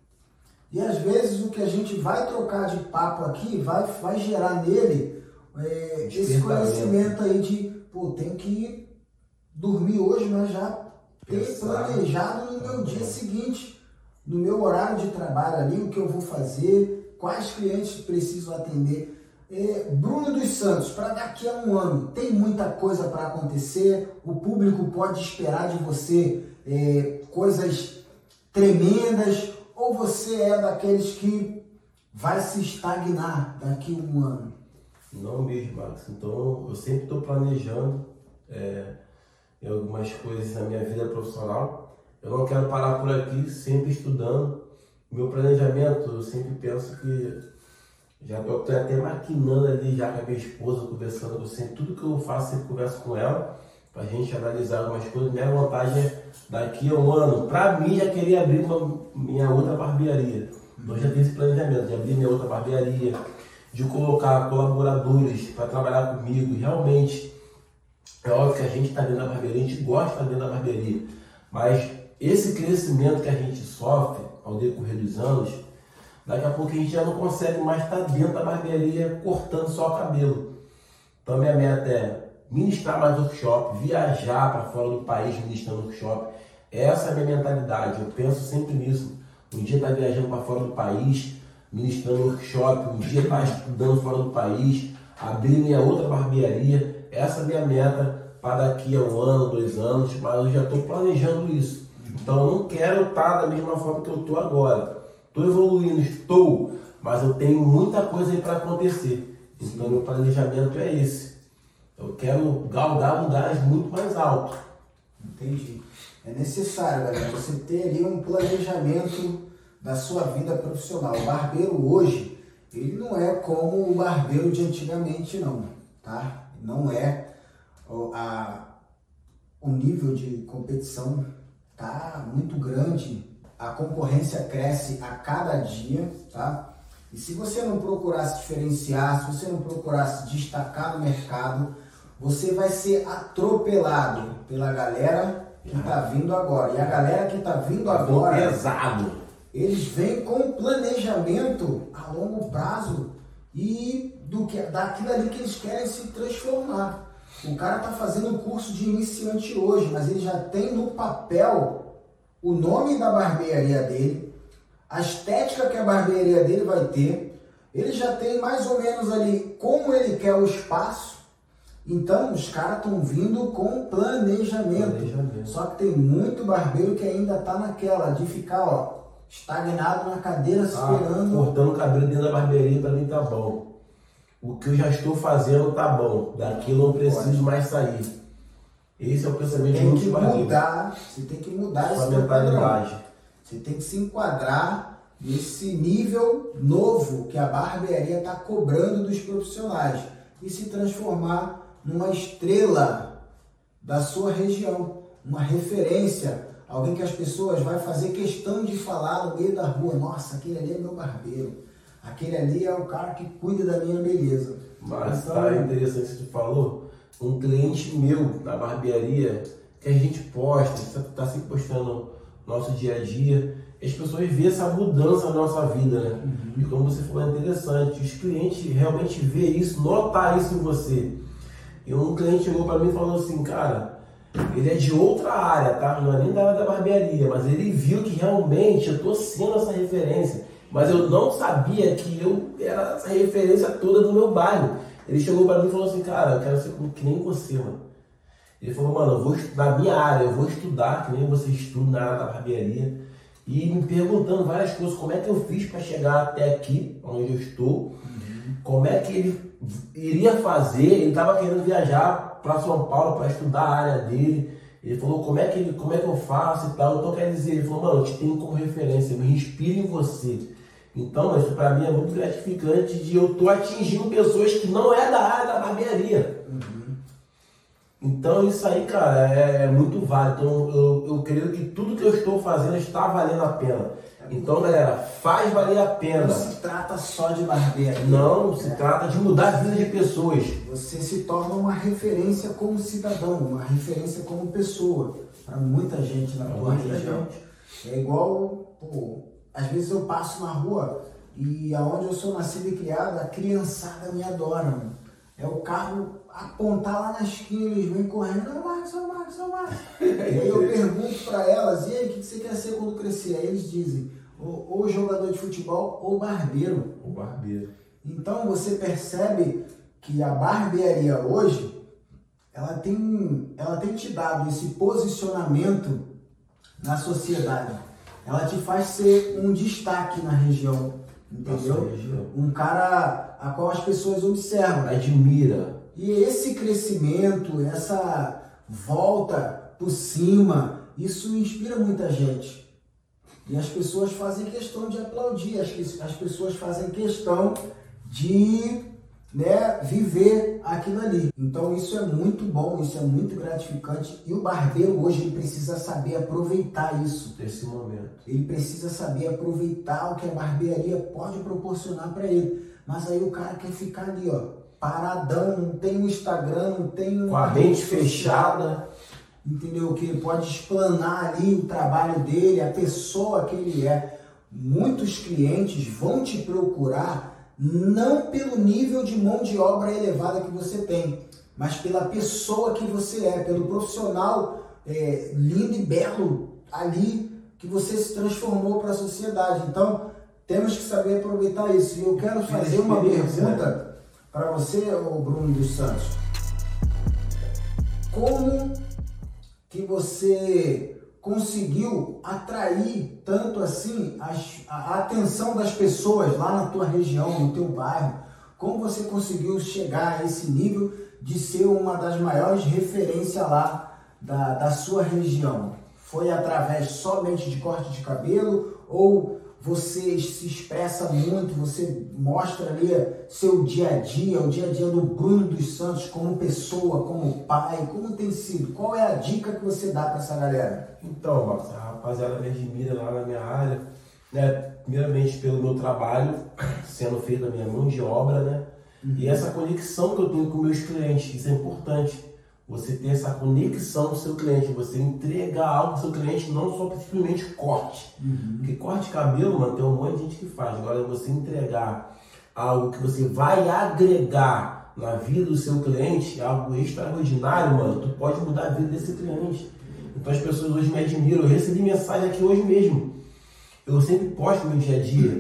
E às vezes o que a gente vai trocar de papo aqui vai, vai gerar nele é, esse conhecimento aí de, pô, tenho que dormir hoje, mas já ter planejado no meu dia seguinte, no meu horário de trabalho ali, o que eu vou fazer, quais clientes preciso atender. É, Bruno dos Santos, para daqui a um ano, tem muita coisa para acontecer, o público pode esperar de você é, coisas tremendas, ou você é daqueles que vai se estagnar daqui a um ano? Não mesmo, Max. Então, eu sempre estou planejando é, em algumas coisas na minha vida profissional. Eu não quero parar por aqui, sempre estudando. Meu planejamento, eu sempre penso que já estou até maquinando ali já com a minha esposa, conversando com sempre. Tudo que eu faço, sempre converso com ela, para a gente analisar algumas coisas. Minha vontade é, daqui a um ano, para mim, já queria abrir uma, minha outra barbearia. Então, já tenho esse planejamento de abrir minha outra barbearia, de colocar colaboradores para trabalhar comigo. Realmente, é óbvio que a gente está dentro da barbearia, a gente gosta de estar dentro da barbearia, mas esse crescimento que a gente sofre ao decorrer dos anos, daqui a pouco a gente já não consegue mais estar dentro da barbearia cortando só o cabelo. Então, minha meta é ministrar mais workshop, viajar para fora do país ministrando workshop. Essa é a minha mentalidade, eu penso sempre nisso. Um dia estar viajando para fora do país, ministrando workshop, um dia estar estudando fora do país, abrir minha outra barbearia. Essa é a minha meta para daqui a um ano, dois anos, mas eu já estou planejando isso. Então eu não quero estar da mesma forma que eu estou agora. Estou evoluindo, estou, mas eu tenho muita coisa aí para acontecer. Então meu planejamento é esse. Eu quero galgar lugares muito mais altos. Entendi. É necessário, galera, você ter ali um planejamento da sua vida profissional. O barbeiro hoje, ele não é como o barbeiro de antigamente, não, tá? Não é. A, o nível de competição tá muito grande, a concorrência cresce a cada dia, tá? E se você não procurar se diferenciar, se você não procurar se destacar no mercado, você vai ser atropelado pela galera que está vindo agora. E a galera que está vindo agora, pesado. Eles vêm com planejamento a longo prazo e do que, daquilo ali que eles querem se transformar. O cara está fazendo um curso de iniciante hoje, mas ele já tem no papel o nome da barbearia dele, a estética que a barbearia dele vai ter, ele já tem mais ou menos ali como ele quer o espaço. Então os caras estão vindo com planejamento. planejamento. Só que tem muito barbeiro que ainda está naquela de ficar ó, estagnado na cadeira esperando. Ah, cortando o cabelo dentro da barbearia para mim tá bom. O que eu já estou fazendo tá bom. Daqui eu não preciso Pode. mais sair. Esse é o pensamento tem de que mudar. Você tem que mudar essa mentalidade. Você tem que se enquadrar nesse nível novo que a barbearia está cobrando dos profissionais e se transformar numa estrela da sua região, uma referência, alguém que as pessoas vão fazer questão de falar no meio da rua. Nossa, aquele ali é meu barbeiro, aquele ali é o cara que cuida da minha beleza. Mas então, tá interessante que você falou, um cliente meu na barbearia, que a gente posta, está sempre postando nosso dia a dia, e as pessoas veem essa mudança na nossa vida, né? Uhum. E como você falou, é interessante, os clientes realmente vê isso, notar isso em você. E um cliente chegou para mim e falou assim, cara, ele é de outra área, tá? Não é nem da área da barbearia, mas ele viu que realmente eu tô sendo essa referência, mas eu não sabia que eu era essa referência toda do meu bairro. Ele chegou para mim e falou assim, cara, eu quero ser que nem você, mano. Ele falou, mano, eu vou estudar na minha área, eu vou estudar que nem você estuda na área da barbearia. E me perguntando várias coisas, como é que eu fiz para chegar até aqui, onde eu estou, uhum. Como é que ele iria fazer, ele estava querendo viajar para São Paulo para estudar a área dele. Ele falou, como é que, ele, como é que eu faço e tal. Então, quer dizer, ele falou, mano, eu te tenho como referência, eu me inspiro em você. Então, isso para mim é muito gratificante de eu estou atingindo pessoas que não é da área da barbearia. Uhum. Então, isso aí, cara, é, é muito válido. Então, eu, eu creio que tudo que eu estou fazendo está valendo a pena. Então, galera, faz valer a pena. Não se trata só de barbearia. Não, se é. trata de mudar a vida de pessoas. Você se torna uma referência como cidadão, uma referência como pessoa, para muita gente na tua região. É igual, pô, às vezes eu passo na rua e aonde eu sou nascido e criado, a criançada me adora, mano. É o carro apontar lá na esquina, eles vêm correndo, não, Marcos, não, Marcos, não, Marcos. E aí eu pergunto para elas, e aí, o que você quer ser quando crescer? Aí eles dizem, ou, ou jogador de futebol ou barbeiro. O barbeiro. Então você percebe que a barbearia hoje, ela tem, ela tem te dado esse posicionamento na sociedade. Ela te faz ser um destaque na região, entendeu? Região. Um cara a qual as pessoas observam. Admira. E esse crescimento, essa volta por cima, isso inspira muita gente. E as pessoas fazem questão de aplaudir, as, as pessoas fazem questão de, né, viver aquilo ali. Então isso é muito bom, isso é muito gratificante. E o barbeiro hoje ele precisa saber aproveitar isso. Esse momento. Ele precisa saber aproveitar o que a barbearia pode proporcionar para ele. Mas aí o cara quer ficar ali, ó, paradão, não tem um Instagram, não tem com a mente fechada, entendeu? Que ele pode explanar ali o trabalho dele, a pessoa que ele é. Muitos clientes vão te procurar não pelo nível de mão de obra elevada que você tem, mas pela pessoa que você é, pelo profissional é, lindo e belo ali que você se transformou para a sociedade. Então, temos que saber aproveitar isso. E eu quero fazer uma pergunta para você, Bruno dos Santos. Como que você conseguiu atrair tanto assim a, a atenção das pessoas lá na tua região, no teu bairro? Como você conseguiu chegar a esse nível de ser uma das maiores referências lá da, da sua região? Foi através somente de corte de cabelo ou você se expressa muito, você mostra ali seu dia a dia, o dia a dia do Bruno dos Santos como pessoa, como pai, como tem sido? Qual é a dica que você dá para essa galera? Então, Marcos, a rapaziada me admira lá na minha área, né? Primeiramente pelo meu trabalho sendo feito na minha mão de obra, né? Uhum. E essa conexão que eu tenho com meus clientes, isso é importante. Você ter essa conexão com o seu cliente, você entregar algo ao seu cliente, não só simplesmente corte. Uhum. Porque corte de cabelo, mano, tem um monte de gente que faz. Agora, você entregar algo que você vai agregar na vida do seu cliente, algo extraordinário, mano, tu pode mudar a vida desse cliente. Então as pessoas hoje me admiram. Eu recebi mensagem aqui hoje mesmo. Eu sempre posto meu dia a dia.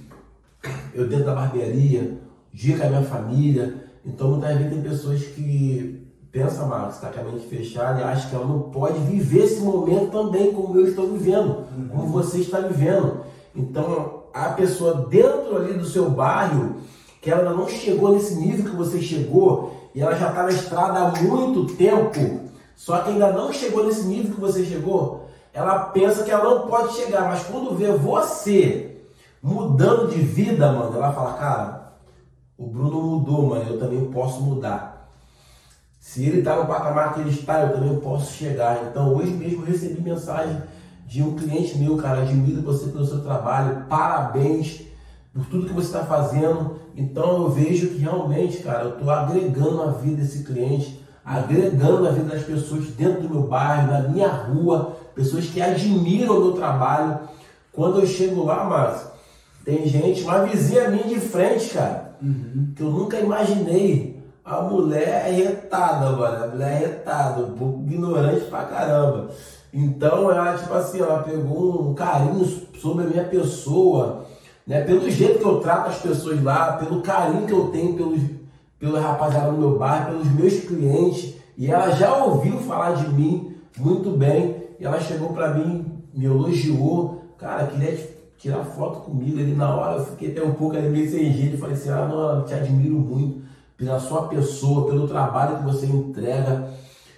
Eu dentro da barbearia, dia com a minha família. Então muitas vezes tem pessoas que pensa, Marcos, está com a mente fechada e acha que ela não pode viver esse momento também como eu estou vivendo, uhum. como você está vivendo. Então, a pessoa dentro ali do seu bairro, que ela não chegou nesse nível que você chegou, e ela já está na estrada há muito tempo, só que ainda não chegou nesse nível que você chegou, ela pensa que ela não pode chegar, mas quando vê você mudando de vida, mano, ela fala, cara, o Bruno mudou, mano, eu também posso mudar. Se ele está no patamar que ele está, eu também posso chegar. Então, hoje mesmo eu recebi mensagem de um cliente meu, cara, admiro você pelo seu trabalho, parabéns por tudo que você está fazendo. Então, eu vejo que realmente, cara, eu estou agregando a vida desse cliente, agregando a vida das pessoas dentro do meu bairro, na minha rua, pessoas que admiram o meu trabalho. Quando eu chego lá, Márcio, tem gente, uma vizinha minha de frente, cara, uhum. que eu nunca imaginei. A mulher é retada, mano. A mulher é retada, um pouco ignorante pra caramba. Então ela, tipo assim, ela pegou um carinho sobre a minha pessoa, né? Pelo jeito que eu trato as pessoas lá, pelo carinho que eu tenho pelos, pela rapaziada do meu bairro, pelos meus clientes. E ela já ouviu falar de mim muito bem. E ela chegou pra mim, me elogiou. Cara, queria tirar foto comigo ali na hora. Eu fiquei até um pouco ali meio sem jeito. Falei assim, ah, não, eu te admiro muito pela sua pessoa, pelo trabalho que você entrega.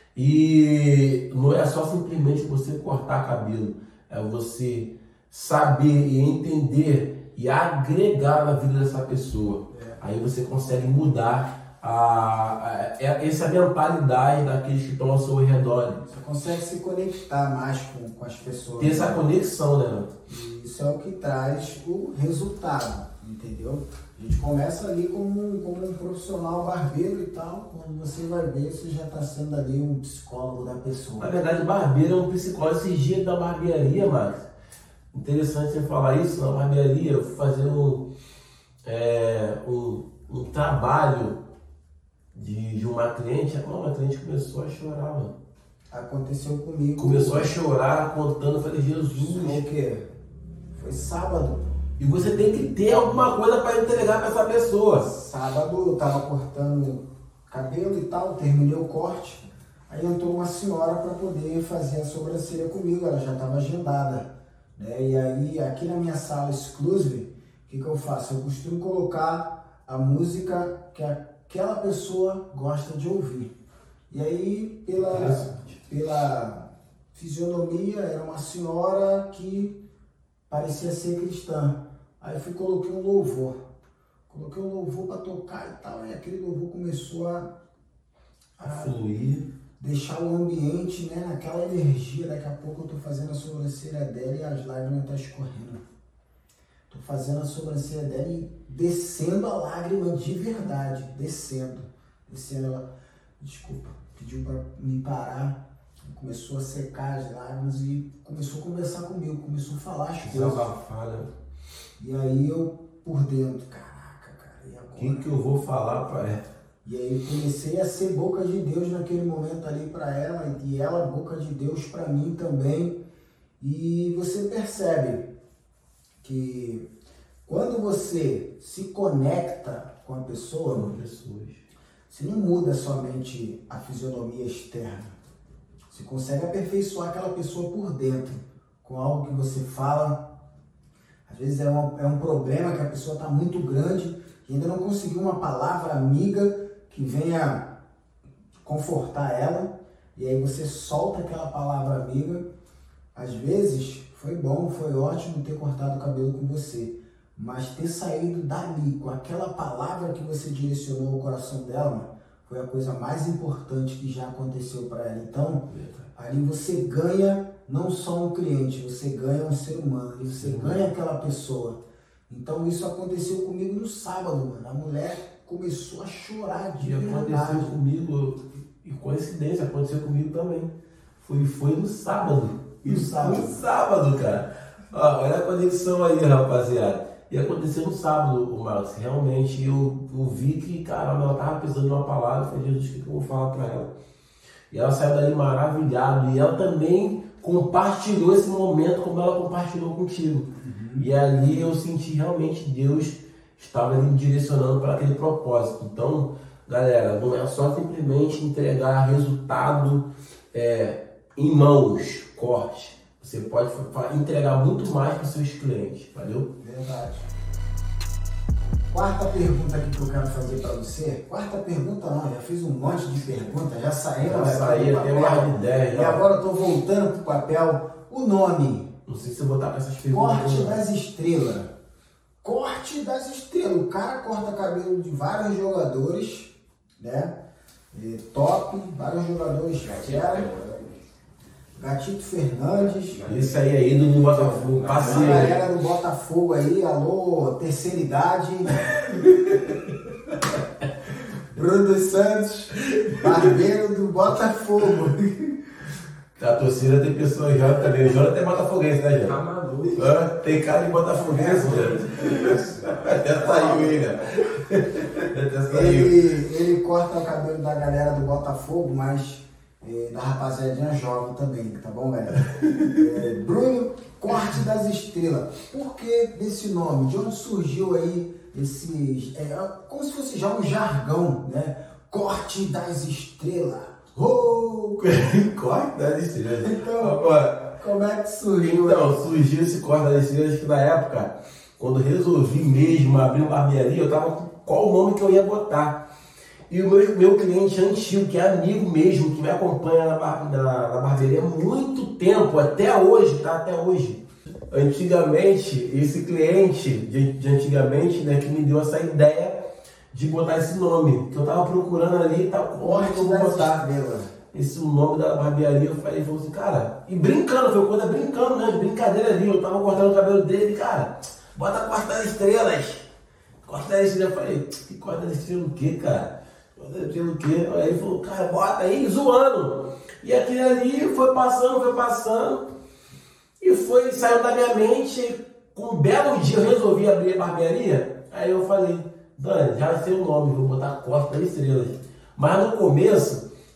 E não é só simplesmente você cortar cabelo, é você saber e entender e agregar na vida dessa pessoa. É. Aí você consegue mudar a, a, a, essa mentalidade daqueles que estão ao seu redor. Você consegue se conectar mais com, com as pessoas. Ter essa conexão, né, Nato? Isso é o que traz o resultado, entendeu? A gente começa ali como, como um profissional barbeiro e tal, quando você vai ver, você já está sendo ali um psicólogo da pessoa. Na verdade, barbeiro é um psicólogo. Esses dias da barbearia, Marcos, interessante você falar isso, na barbearia, eu fui fazer um, é, um, um trabalho de, de uma cliente, uma cliente começou a chorar, mano. Aconteceu comigo. Começou a chorar, contando, eu falei, Jesus. Foi o quê? Foi sábado. E você tem que ter alguma coisa para entregar para essa pessoa. Sábado eu tava cortando cabelo e tal, terminei o corte. Aí entrou uma senhora para poder fazer a sobrancelha comigo, ela já estava agendada. Né? E aí, aqui na minha sala exclusive, o que, que eu faço? Eu costumo colocar a música que aquela pessoa gosta de ouvir. E aí, pela, pela fisionomia, era uma senhora que parecia ser cristã. Aí eu fui, coloquei um louvor. Coloquei um louvor para tocar e tal, e aquele louvor começou a, a fluir. Deixar o ambiente, né, naquela energia. Daqui a pouco eu tô fazendo a sobrancelha dela e as lágrimas estão escorrendo. Tô fazendo a sobrancelha dela e descendo a lágrima de verdade. Descendo. Descendo ela. Desculpa. Pediu para me parar. Começou a secar as lágrimas e começou a conversar comigo. Começou a falar as coisas. E aí eu, por dentro, caraca, cara, e agora? O que, que eu vou falar para ela? E aí eu comecei a ser boca de Deus naquele momento ali para ela, e ela boca de Deus para mim também. E você percebe que quando você se conecta com a pessoa, com pessoas, você não muda somente a fisionomia externa. Você consegue aperfeiçoar aquela pessoa por dentro, com algo que você fala. Às vezes é um, é um problema que a pessoa está muito grande e ainda não conseguiu uma palavra amiga que venha confortar ela, e aí você solta aquela palavra amiga. Às vezes foi bom, foi ótimo ter cortado o cabelo com você, mas ter saído dali com aquela palavra que você direcionou ao coração dela foi a coisa mais importante que já aconteceu para ela. Então, ali você ganha não só um cliente, você ganha um ser humano, ali você uhum. ganha aquela pessoa. Então isso aconteceu comigo no sábado, mano. A mulher começou a chorar de e verdade. Aconteceu comigo, e coincidência, aconteceu comigo também. Foi, foi no sábado. E no sábado? No sábado, cara. Ó, olha a conexão aí, rapaziada. E aconteceu no sábado, o Marcos. Realmente eu, eu vi que, caramba, ela tava precisando de uma palavra. Eu falei, Jesus, o que eu vou falar pra ela? E ela saiu dali maravilhada. E ela também compartilhou esse momento como ela compartilhou contigo. Uhum. E ali eu senti realmente Deus estava me direcionando para aquele propósito. Então, galera, não é só simplesmente entregar resultado é, em mãos, corte. Você pode entregar muito mais para os seus clientes, valeu? Verdade. Quarta pergunta aqui que eu quero fazer para você. Quarta pergunta não, já fiz um monte de perguntas, já saíram. Já saí, tem mais de dez. E agora eu estou voltando para o papel. O nome. Não sei se eu vou botar com essas perguntas. Corte das estrelas. Corte das estrelas. O cara corta cabelo de vários jogadores, né? E top, vários jogadores fera. Gatito Fernandes. Esse aí é ídolo do Botafogo. A galera do Botafogo aí, alô, terceira idade. Bruno dos Santos, barbeiro do Botafogo. A torcida tem pessoas já também. O Jonathan é botafoguense, né, gente? Amador. Ah, tem cara de botafoguense, gente. Até saiu aí, né? Até saiu. Ele, ele corta o cabelo da galera do Botafogo, mas é, da rapaziadinha jovem também, tá bom, galera? É, Bruno, Corte das Estrelas. Por que desse nome? De onde surgiu aí esse... É, como se fosse já um jargão, né? Corte das Estrelas. Oh! Corte das Estrelas. Então, Agora, como é que surgiu? Então, aí? surgiu esse Corte das Estrelas que na época, quando resolvi mesmo abrir uma barbearia, eu tava com qual o nome que eu ia botar. E o meu, meu cliente antigo, que é amigo mesmo, que me acompanha na, bar, na, na barbearia há muito tempo, até hoje, tá? Até hoje. Antigamente, esse cliente de, de antigamente, né, que me deu essa ideia de botar esse nome, que eu tava procurando ali e tal, como é que eu vou botar esse nome da barbearia. Eu falei, falou assim, cara, e brincando, foi coisa brincando, né, de brincadeira ali, eu tava cortando o cabelo dele, cara, bota Corte das Estrelas, Corte das Estrelas. Eu falei, que Corte das Estrelas o quê, cara? Corte das Estrelas o quê? Aí ele falou, cara, bota aí, zoando. E aquilo ali foi passando, foi passando, e foi, saiu da minha mente. Com um belo dia eu resolvi abrir a barbearia. Aí eu falei, Dani, já sei o nome, vou botar Corte das Estrelas. Mas no começo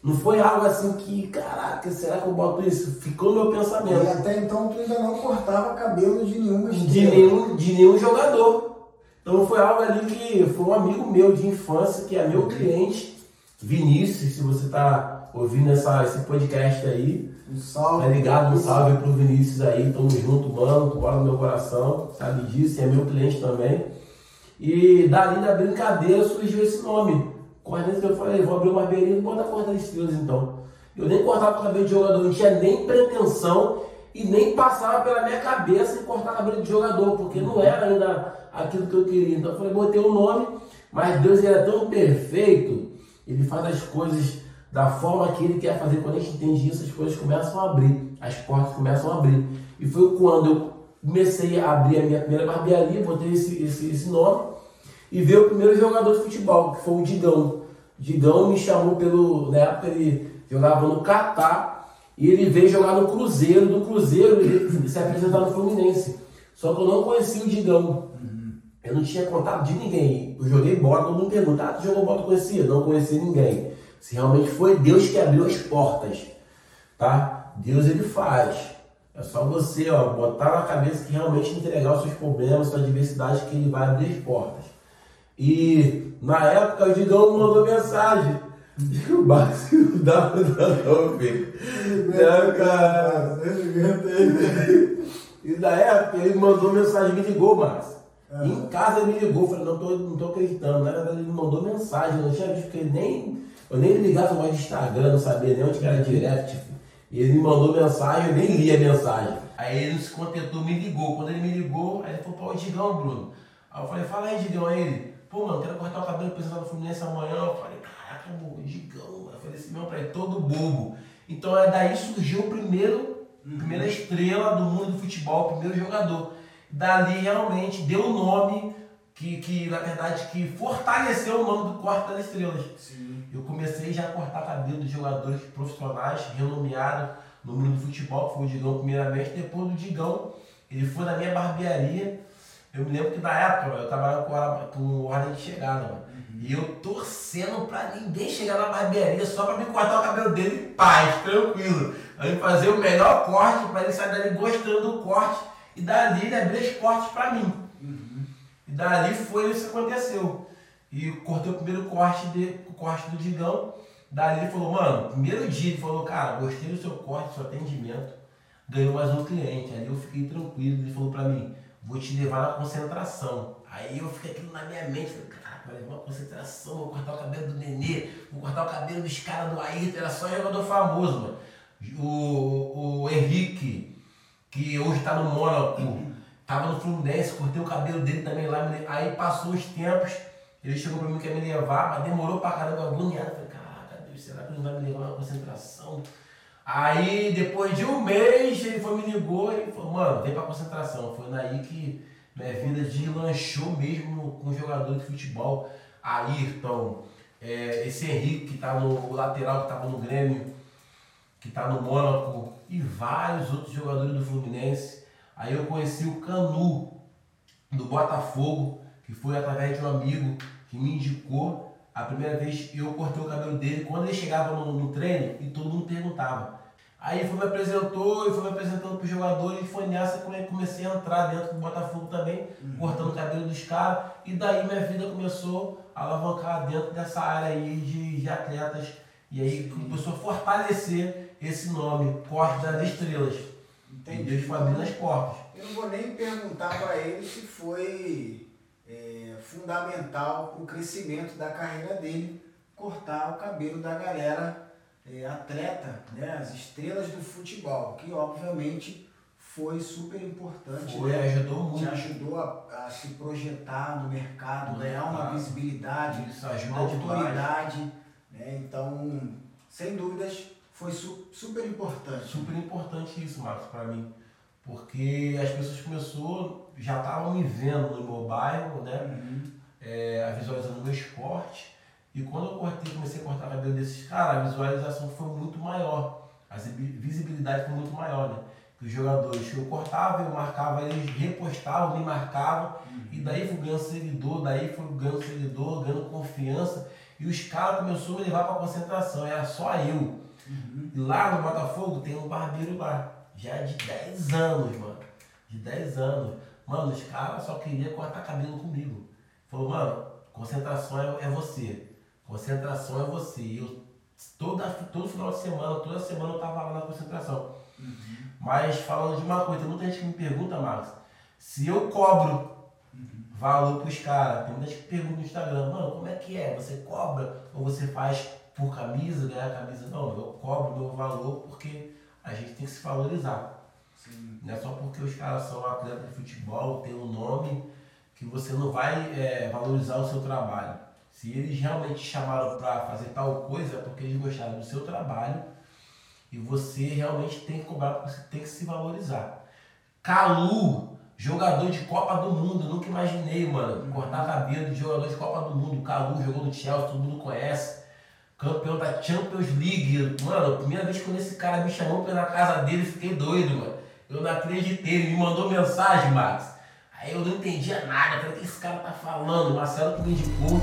Não foi algo assim que, caraca, será que eu boto isso? Ficou no meu pensamento. E até então tu ainda não cortava cabelo de nenhuma estrela. De nenhum, de nenhum jogador. Então foi algo ali que foi um amigo meu de infância, que é meu cliente, Vinícius, se você tá ouvindo essa, esse podcast aí. Um salve. Tá ligado? Um salve pro Vinícius aí, tamo junto, mano, tu mora no meu coração, sabe disso, é meu cliente também. E dali da brincadeira surgiu esse nome. Cortador, eu falei, vou abrir uma barbearia e bota cortar estrelas então. Eu nem cortava o cabelo de jogador, não tinha nem pretensão e nem passava pela minha cabeça de cortar cabelo de jogador, porque não era ainda aquilo que eu queria. Então eu falei, botei um nome, mas Deus era tão perfeito, ele faz as coisas da forma que ele quer fazer. Quando a gente entende isso, as coisas começam a abrir, as portas começam a abrir. E foi quando eu comecei a abrir a minha primeira barbearia, botei esse, esse, esse nome, e veio o primeiro jogador de futebol, que foi o Digão. Digão me chamou pelo... Na época ele jogava no Catar, e ele veio jogar no Cruzeiro. Do Cruzeiro ele se apresentar no Fluminense. Só que eu não conhecia o Digão. Uhum. Eu não tinha contato de ninguém. Eu joguei bola, todo mundo pergunta, ah, tu jogou bola, tu conhecia? Não conhecia ninguém. Se realmente foi Deus que abriu as portas, tá? Deus ele faz. É só você, ó, botar na cabeça que realmente entregar os seus problemas, sua adversidade, que ele vai abrir as portas. E na época o Digão me mandou mensagem. O básico da não, filho. Não, cara. E na época ele mandou mensagem, me ligou, Márcio. É. Em casa ele me ligou, falei, não tô, não tô acreditando. Na verdade ele me mandou mensagem, eu não tinha visto, porque nem, eu nem ligava mais de Instagram, não sabia nem onde que era direct. E ele me mandou mensagem, eu nem li a mensagem. Aí ele não se contentou, me ligou. Quando ele me ligou, aí ele falou, pô, o Digão, Bruno. Aí eu falei, fala aí, Digão, aí ele. Pô, mano, quero cortar o cabelo pensando no Fluminense amanhã. Eu falei, caraca, amor, Digão. Eu falei assim, meu, pra ele, todo bobo. Então é daí surgiu o primeiro, uhum. primeira estrela do mundo do futebol, o primeiro jogador. Dali realmente deu o nome que, que, na verdade, que fortaleceu o nome do Corte das Estrelas. Sim. Eu comecei já a cortar cabelo de jogadores profissionais, renomeados no mundo do futebol, que foi o Digão primeiramente. Depois do Digão, ele foi na minha barbearia. Eu me lembro que na época eu trabalhava com, com ordem de chegada, mano. Uhum. E eu torcendo pra ninguém chegar na barbearia só pra me cortar o cabelo dele em paz, tranquilo. Aí fazer o melhor corte pra ele sair dali gostando do corte. E dali ele abriu as portas pra mim. Uhum. E dali foi isso que aconteceu. E cortei o primeiro corte, de, o corte do Digão. Dali ele falou, mano, primeiro dia ele falou, cara, gostei do seu corte, do seu atendimento. Ganhou mais um cliente. Aí eu fiquei tranquilo, ele falou pra mim, vou te levar na concentração. Aí eu fiquei aquilo na minha mente, falei, cara, vai levar uma concentração, vou cortar o cabelo do Nenê, vou cortar o cabelo dos caras do Ayrton, era só jogador famoso, mano. O, o Henrique, que hoje tá no Mônaco, tava no Fluminense, cortei o cabelo dele também lá. Aí passou os tempos, ele chegou pra mim que ia me levar, mas demorou pra caramba, agoniado. Falei, caraca, Deus, será que ele vai me levar na concentração? Aí, depois de um mês, ele foi, me ligou e falou, mano, vem pra concentração. Foi daí que minha vida deslanchou mesmo com jogador de futebol. Ayrton, é, esse Henrique que tá no lateral, que tava no Grêmio, que tá no Mônaco, e vários outros jogadores do Fluminense. Aí eu conheci o Canu, do Botafogo, que foi através de um amigo que me indicou. A primeira vez eu cortei o cabelo dele, quando ele chegava no, no treino, e todo mundo perguntava. Aí ele foi, me apresentou, e foi me apresentando para os jogadores, e foi nessa que eu comecei a entrar dentro do Botafogo também, uhum. cortando o cabelo dos caras, e daí minha vida começou a alavancar dentro dessa área aí de, de atletas, e aí começou a fortalecer esse nome, Corte das Estrelas. Entendi. E Deus foi abrindo as portas. Eu não vou nem perguntar para ele se foi é, fundamental para o crescimento da carreira dele, cortar o cabelo da galera é, atleta, né, as estrelas do futebol, que obviamente foi super importante. Foi, né? ajudou muito. Te ajudou a, a se projetar no mercado, ganhar uma visibilidade, isso ajuda uma autoridade. Né? Então, sem dúvidas, foi su super importante. Super importante isso, Marcos, para mim. Porque as pessoas começou, já estavam me vendo no meu bairro, né? Uhum. É, visualizando o meu esporte. E quando eu cortei, comecei a cortar o cabelo desses caras, a visualização foi muito maior. A visibilidade foi muito maior, né? Que os jogadores que eu cortava, eu marcava, eles repostavam, me marcavam. Uhum. E daí fui ganhando seguidor, daí fui ganhando seguidor, ganhando confiança. E os caras começaram a me levar pra concentração, era só eu. Uhum. E lá no Botafogo tem um barbeiro lá, já de dez anos, mano. De dez anos. Mano, os caras só queriam cortar cabelo comigo. Falou, mano, concentração é, é você. Concentração é você. E eu, toda, todo final de semana, toda semana eu tava lá na concentração. Uhum. Mas falando de uma coisa, tem muita gente que me pergunta, Marcos, se eu cobro uhum. valor pros caras. Tem muita gente que pergunta no Instagram, mano, como é que é? Você cobra ou você faz por camisa, ganhar camisa? Não, eu cobro meu valor porque a gente tem que se valorizar. Sim. Não é só porque os caras são atletas de futebol, tem um nome, que você não vai é, valorizar o seu trabalho. Se eles realmente te chamaram para fazer tal coisa, é porque eles gostaram do seu trabalho e você realmente tem que cobrar, porque você tem que se valorizar. Calu, jogador de Copa do Mundo, nunca imaginei, mano, uhum. cortar cabelo de jogador de Copa do Mundo. Calu jogou no Chelsea, todo mundo conhece. Campeão da Champions League. Mano, a primeira vez que quando esse cara me chamou pra ir na casa dele, fiquei doido, mano. Eu não acreditei, ele me mandou mensagem, Max. Aí eu não entendia nada, falei, o que esse cara tá falando? O Marcelo que me indicou.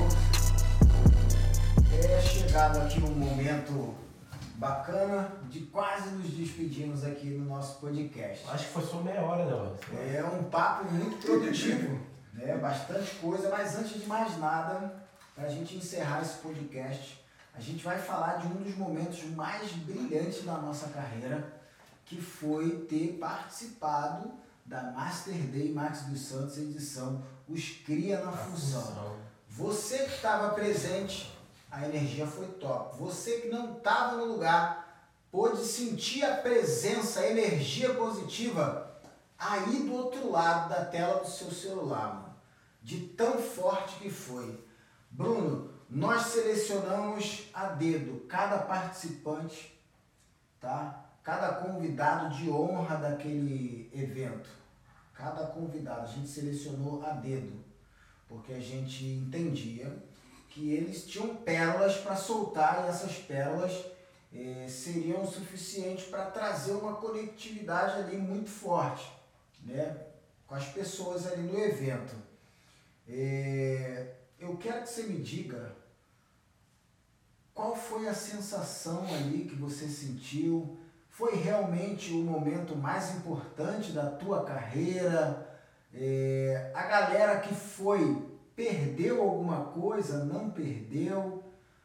É chegado aqui um momento bacana de quase nos despedirmos aqui no nosso podcast. Acho que foi só meia hora, né, mano? É um papo muito produtivo, né? Bastante coisa, mas antes de mais nada, pra gente encerrar esse podcast, a gente vai falar de um dos momentos mais brilhantes da nossa carreira, que foi ter participado da Master Day Max dos Santos, edição Os Cria na Função. Você que estava presente, a energia foi top. Você que não estava no lugar, pôde sentir a presença, a energia positiva aí do outro lado da tela do seu celular, mano. De tão forte que foi. Bruno, nós selecionamos a dedo cada participante, tá? Cada convidado de honra daquele evento. Cada convidado, a gente selecionou a dedo, porque a gente entendia que eles tinham pérolas para soltar e essas pérolas eh, seriam suficientes para trazer uma conectividade ali muito forte, né, com as pessoas ali no evento. Eh, eu quero que você me diga qual foi a sensação ali que você sentiu. Foi realmente o momento mais importante da tua carreira? É, a galera que foi, perdeu alguma coisa? Não perdeu?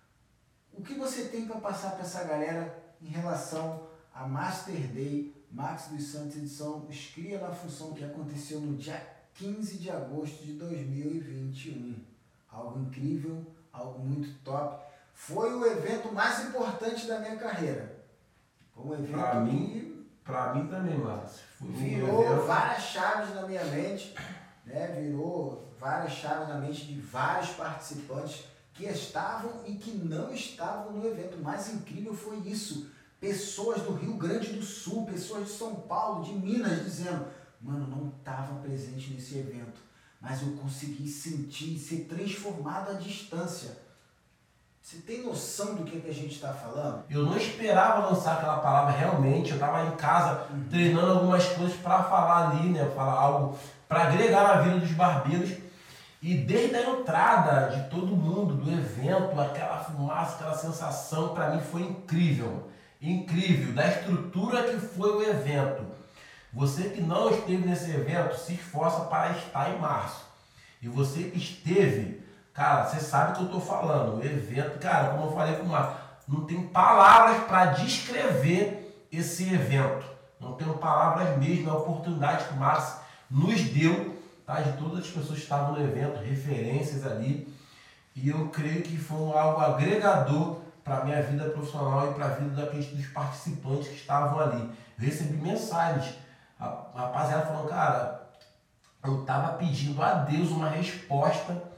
O que você tem para passar para essa galera em relação a Master Day, Max dos Santos, edição Os Cria na Função, que aconteceu no dia quinze de agosto de dois mil e vinte e um? Algo incrível, algo muito top. Foi o evento mais importante da minha carreira. Um evento pra mim, pra mim também, Márcio. Virou um evento... várias chaves na minha mente, né? Virou várias chaves na mente de vários participantes que estavam e que não estavam no evento. O mais incrível foi isso. Pessoas do Rio Grande do Sul, pessoas de São Paulo, de Minas, dizendo, mano, não estava presente nesse evento, mas eu consegui sentir, ser transformado à distância. Você tem noção do que, que a gente está falando? Eu não esperava lançar aquela palavra realmente. Eu estava em casa uhum. treinando algumas coisas para falar ali, né? Falar algo para agregar na vida dos barbeiros. E desde a entrada de todo mundo do evento, aquela fumaça, aquela sensação, para mim foi incrível. Incrível, da estrutura que foi o evento. Você que não esteve nesse evento, se esforça para estar em março. E você que esteve... Cara, você sabe o que eu tô falando. O evento, cara, como eu falei com o Marcos, não tem palavras para descrever esse evento. Não tenho palavras mesmo, é a oportunidade que o Marcos nos deu, tá? De todas as pessoas que estavam no evento, referências ali. E eu creio que foi algo agregador para a minha vida profissional e para a vida daqueles dos participantes que estavam ali. Eu recebi mensagens. A, a rapaziada falando, cara, eu tava pedindo a Deus uma resposta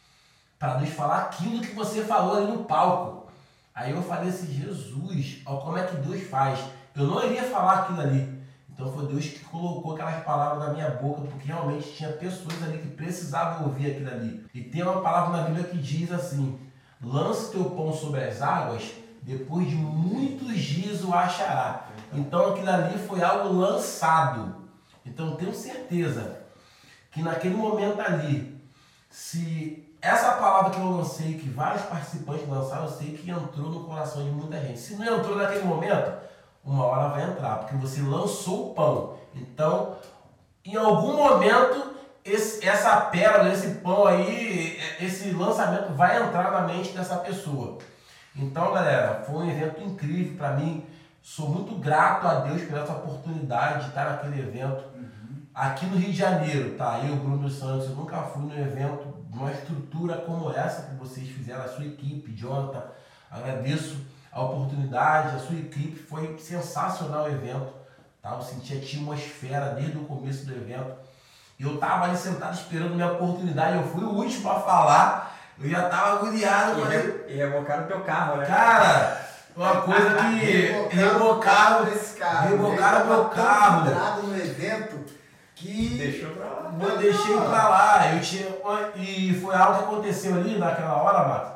para Deus falar aquilo que você falou ali no palco. Aí eu falei assim, Jesus, ó, como é que Deus faz? Eu não iria falar aquilo ali. Então foi Deus que colocou aquelas palavras na minha boca, porque realmente tinha pessoas ali que precisavam ouvir aquilo ali. E tem uma palavra na Bíblia que diz assim, lance teu pão sobre as águas, depois de muitos dias o achará. Então aquilo ali foi algo lançado. Então tenho certeza que naquele momento ali, se essa palavra que eu lancei, que vários participantes lançaram, eu sei que entrou no coração de muita gente. Se não entrou naquele momento, uma hora vai entrar, porque você lançou o pão. Então, em algum momento, esse, essa pérola, esse pão aí, esse lançamento vai entrar na mente dessa pessoa. Então, galera, foi um evento incrível para mim. Sou muito grato a Deus por essa oportunidade de estar naquele evento. Uhum. Aqui no Rio de Janeiro, tá? Eu, Bruno dos Santos, eu nunca fui num evento de uma estrutura como essa que vocês fizeram, a sua equipe, Jonathan. Agradeço a oportunidade, a sua equipe, foi sensacional o evento. Tá? Eu senti a atmosfera desde o começo do evento. Eu tava ali sentado esperando minha oportunidade, eu fui o último a falar, eu já tava agoniado. E, re, e revocaram o teu carro, né? Cara, uma coisa que rebocaram, rebocaram meu carro. No evento que deixou pra lá. Eu deixei pra lá. Eu tinha, e foi algo que aconteceu ali naquela hora, Marcos,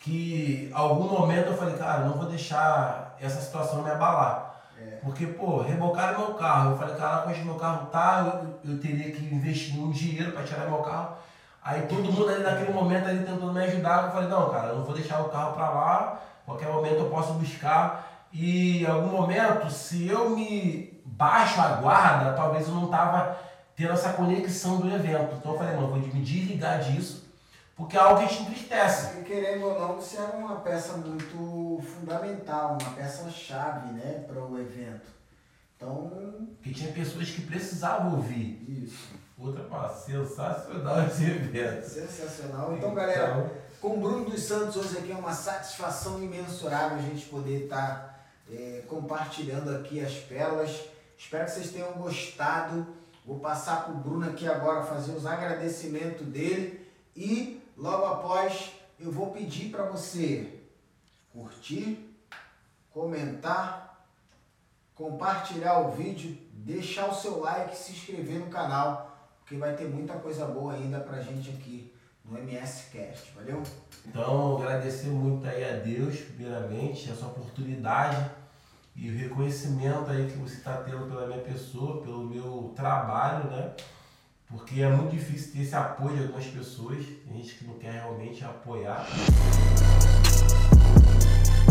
que algum momento eu falei, cara, não vou deixar essa situação me abalar. É. Porque, pô, rebocaram meu carro. Eu falei, cara, onde meu carro tá, eu, eu teria que investir um dinheiro para tirar meu carro. Aí todo mundo ali naquele momento ali tentando me ajudar. Eu falei, não, cara, eu não vou deixar o carro para lá. Qualquer momento eu posso buscar. E em algum momento, se eu me baixo a guarda, talvez eu não tava tendo essa conexão do evento. Então eu falei, não, eu vou me desligar disso. Porque é algo que a gente entristece. E querendo ou não, você era uma peça muito fundamental, uma peça-chave, né, para o evento. Então... Porque tinha pessoas que precisavam ouvir. Isso. Outra palavra, sensacional esse evento. Sensacional. Então, galera, então... com o Bruno dos Santos, hoje aqui é uma satisfação imensurável a gente poder estar é, compartilhando aqui as pérolas. Espero que vocês tenham gostado. Vou passar para o Bruno aqui agora fazer os agradecimentos dele e... logo após, eu vou pedir para você curtir, comentar, compartilhar o vídeo, deixar o seu like, se inscrever no canal, porque vai ter muita coisa boa ainda pra gente aqui no M S Cast, valeu? Então, agradecer muito aí a Deus, primeiramente, essa oportunidade e o reconhecimento aí que você está tendo pela minha pessoa, pelo meu trabalho, né? Porque é muito difícil ter esse apoio de algumas pessoas, tem gente que não quer realmente apoiar.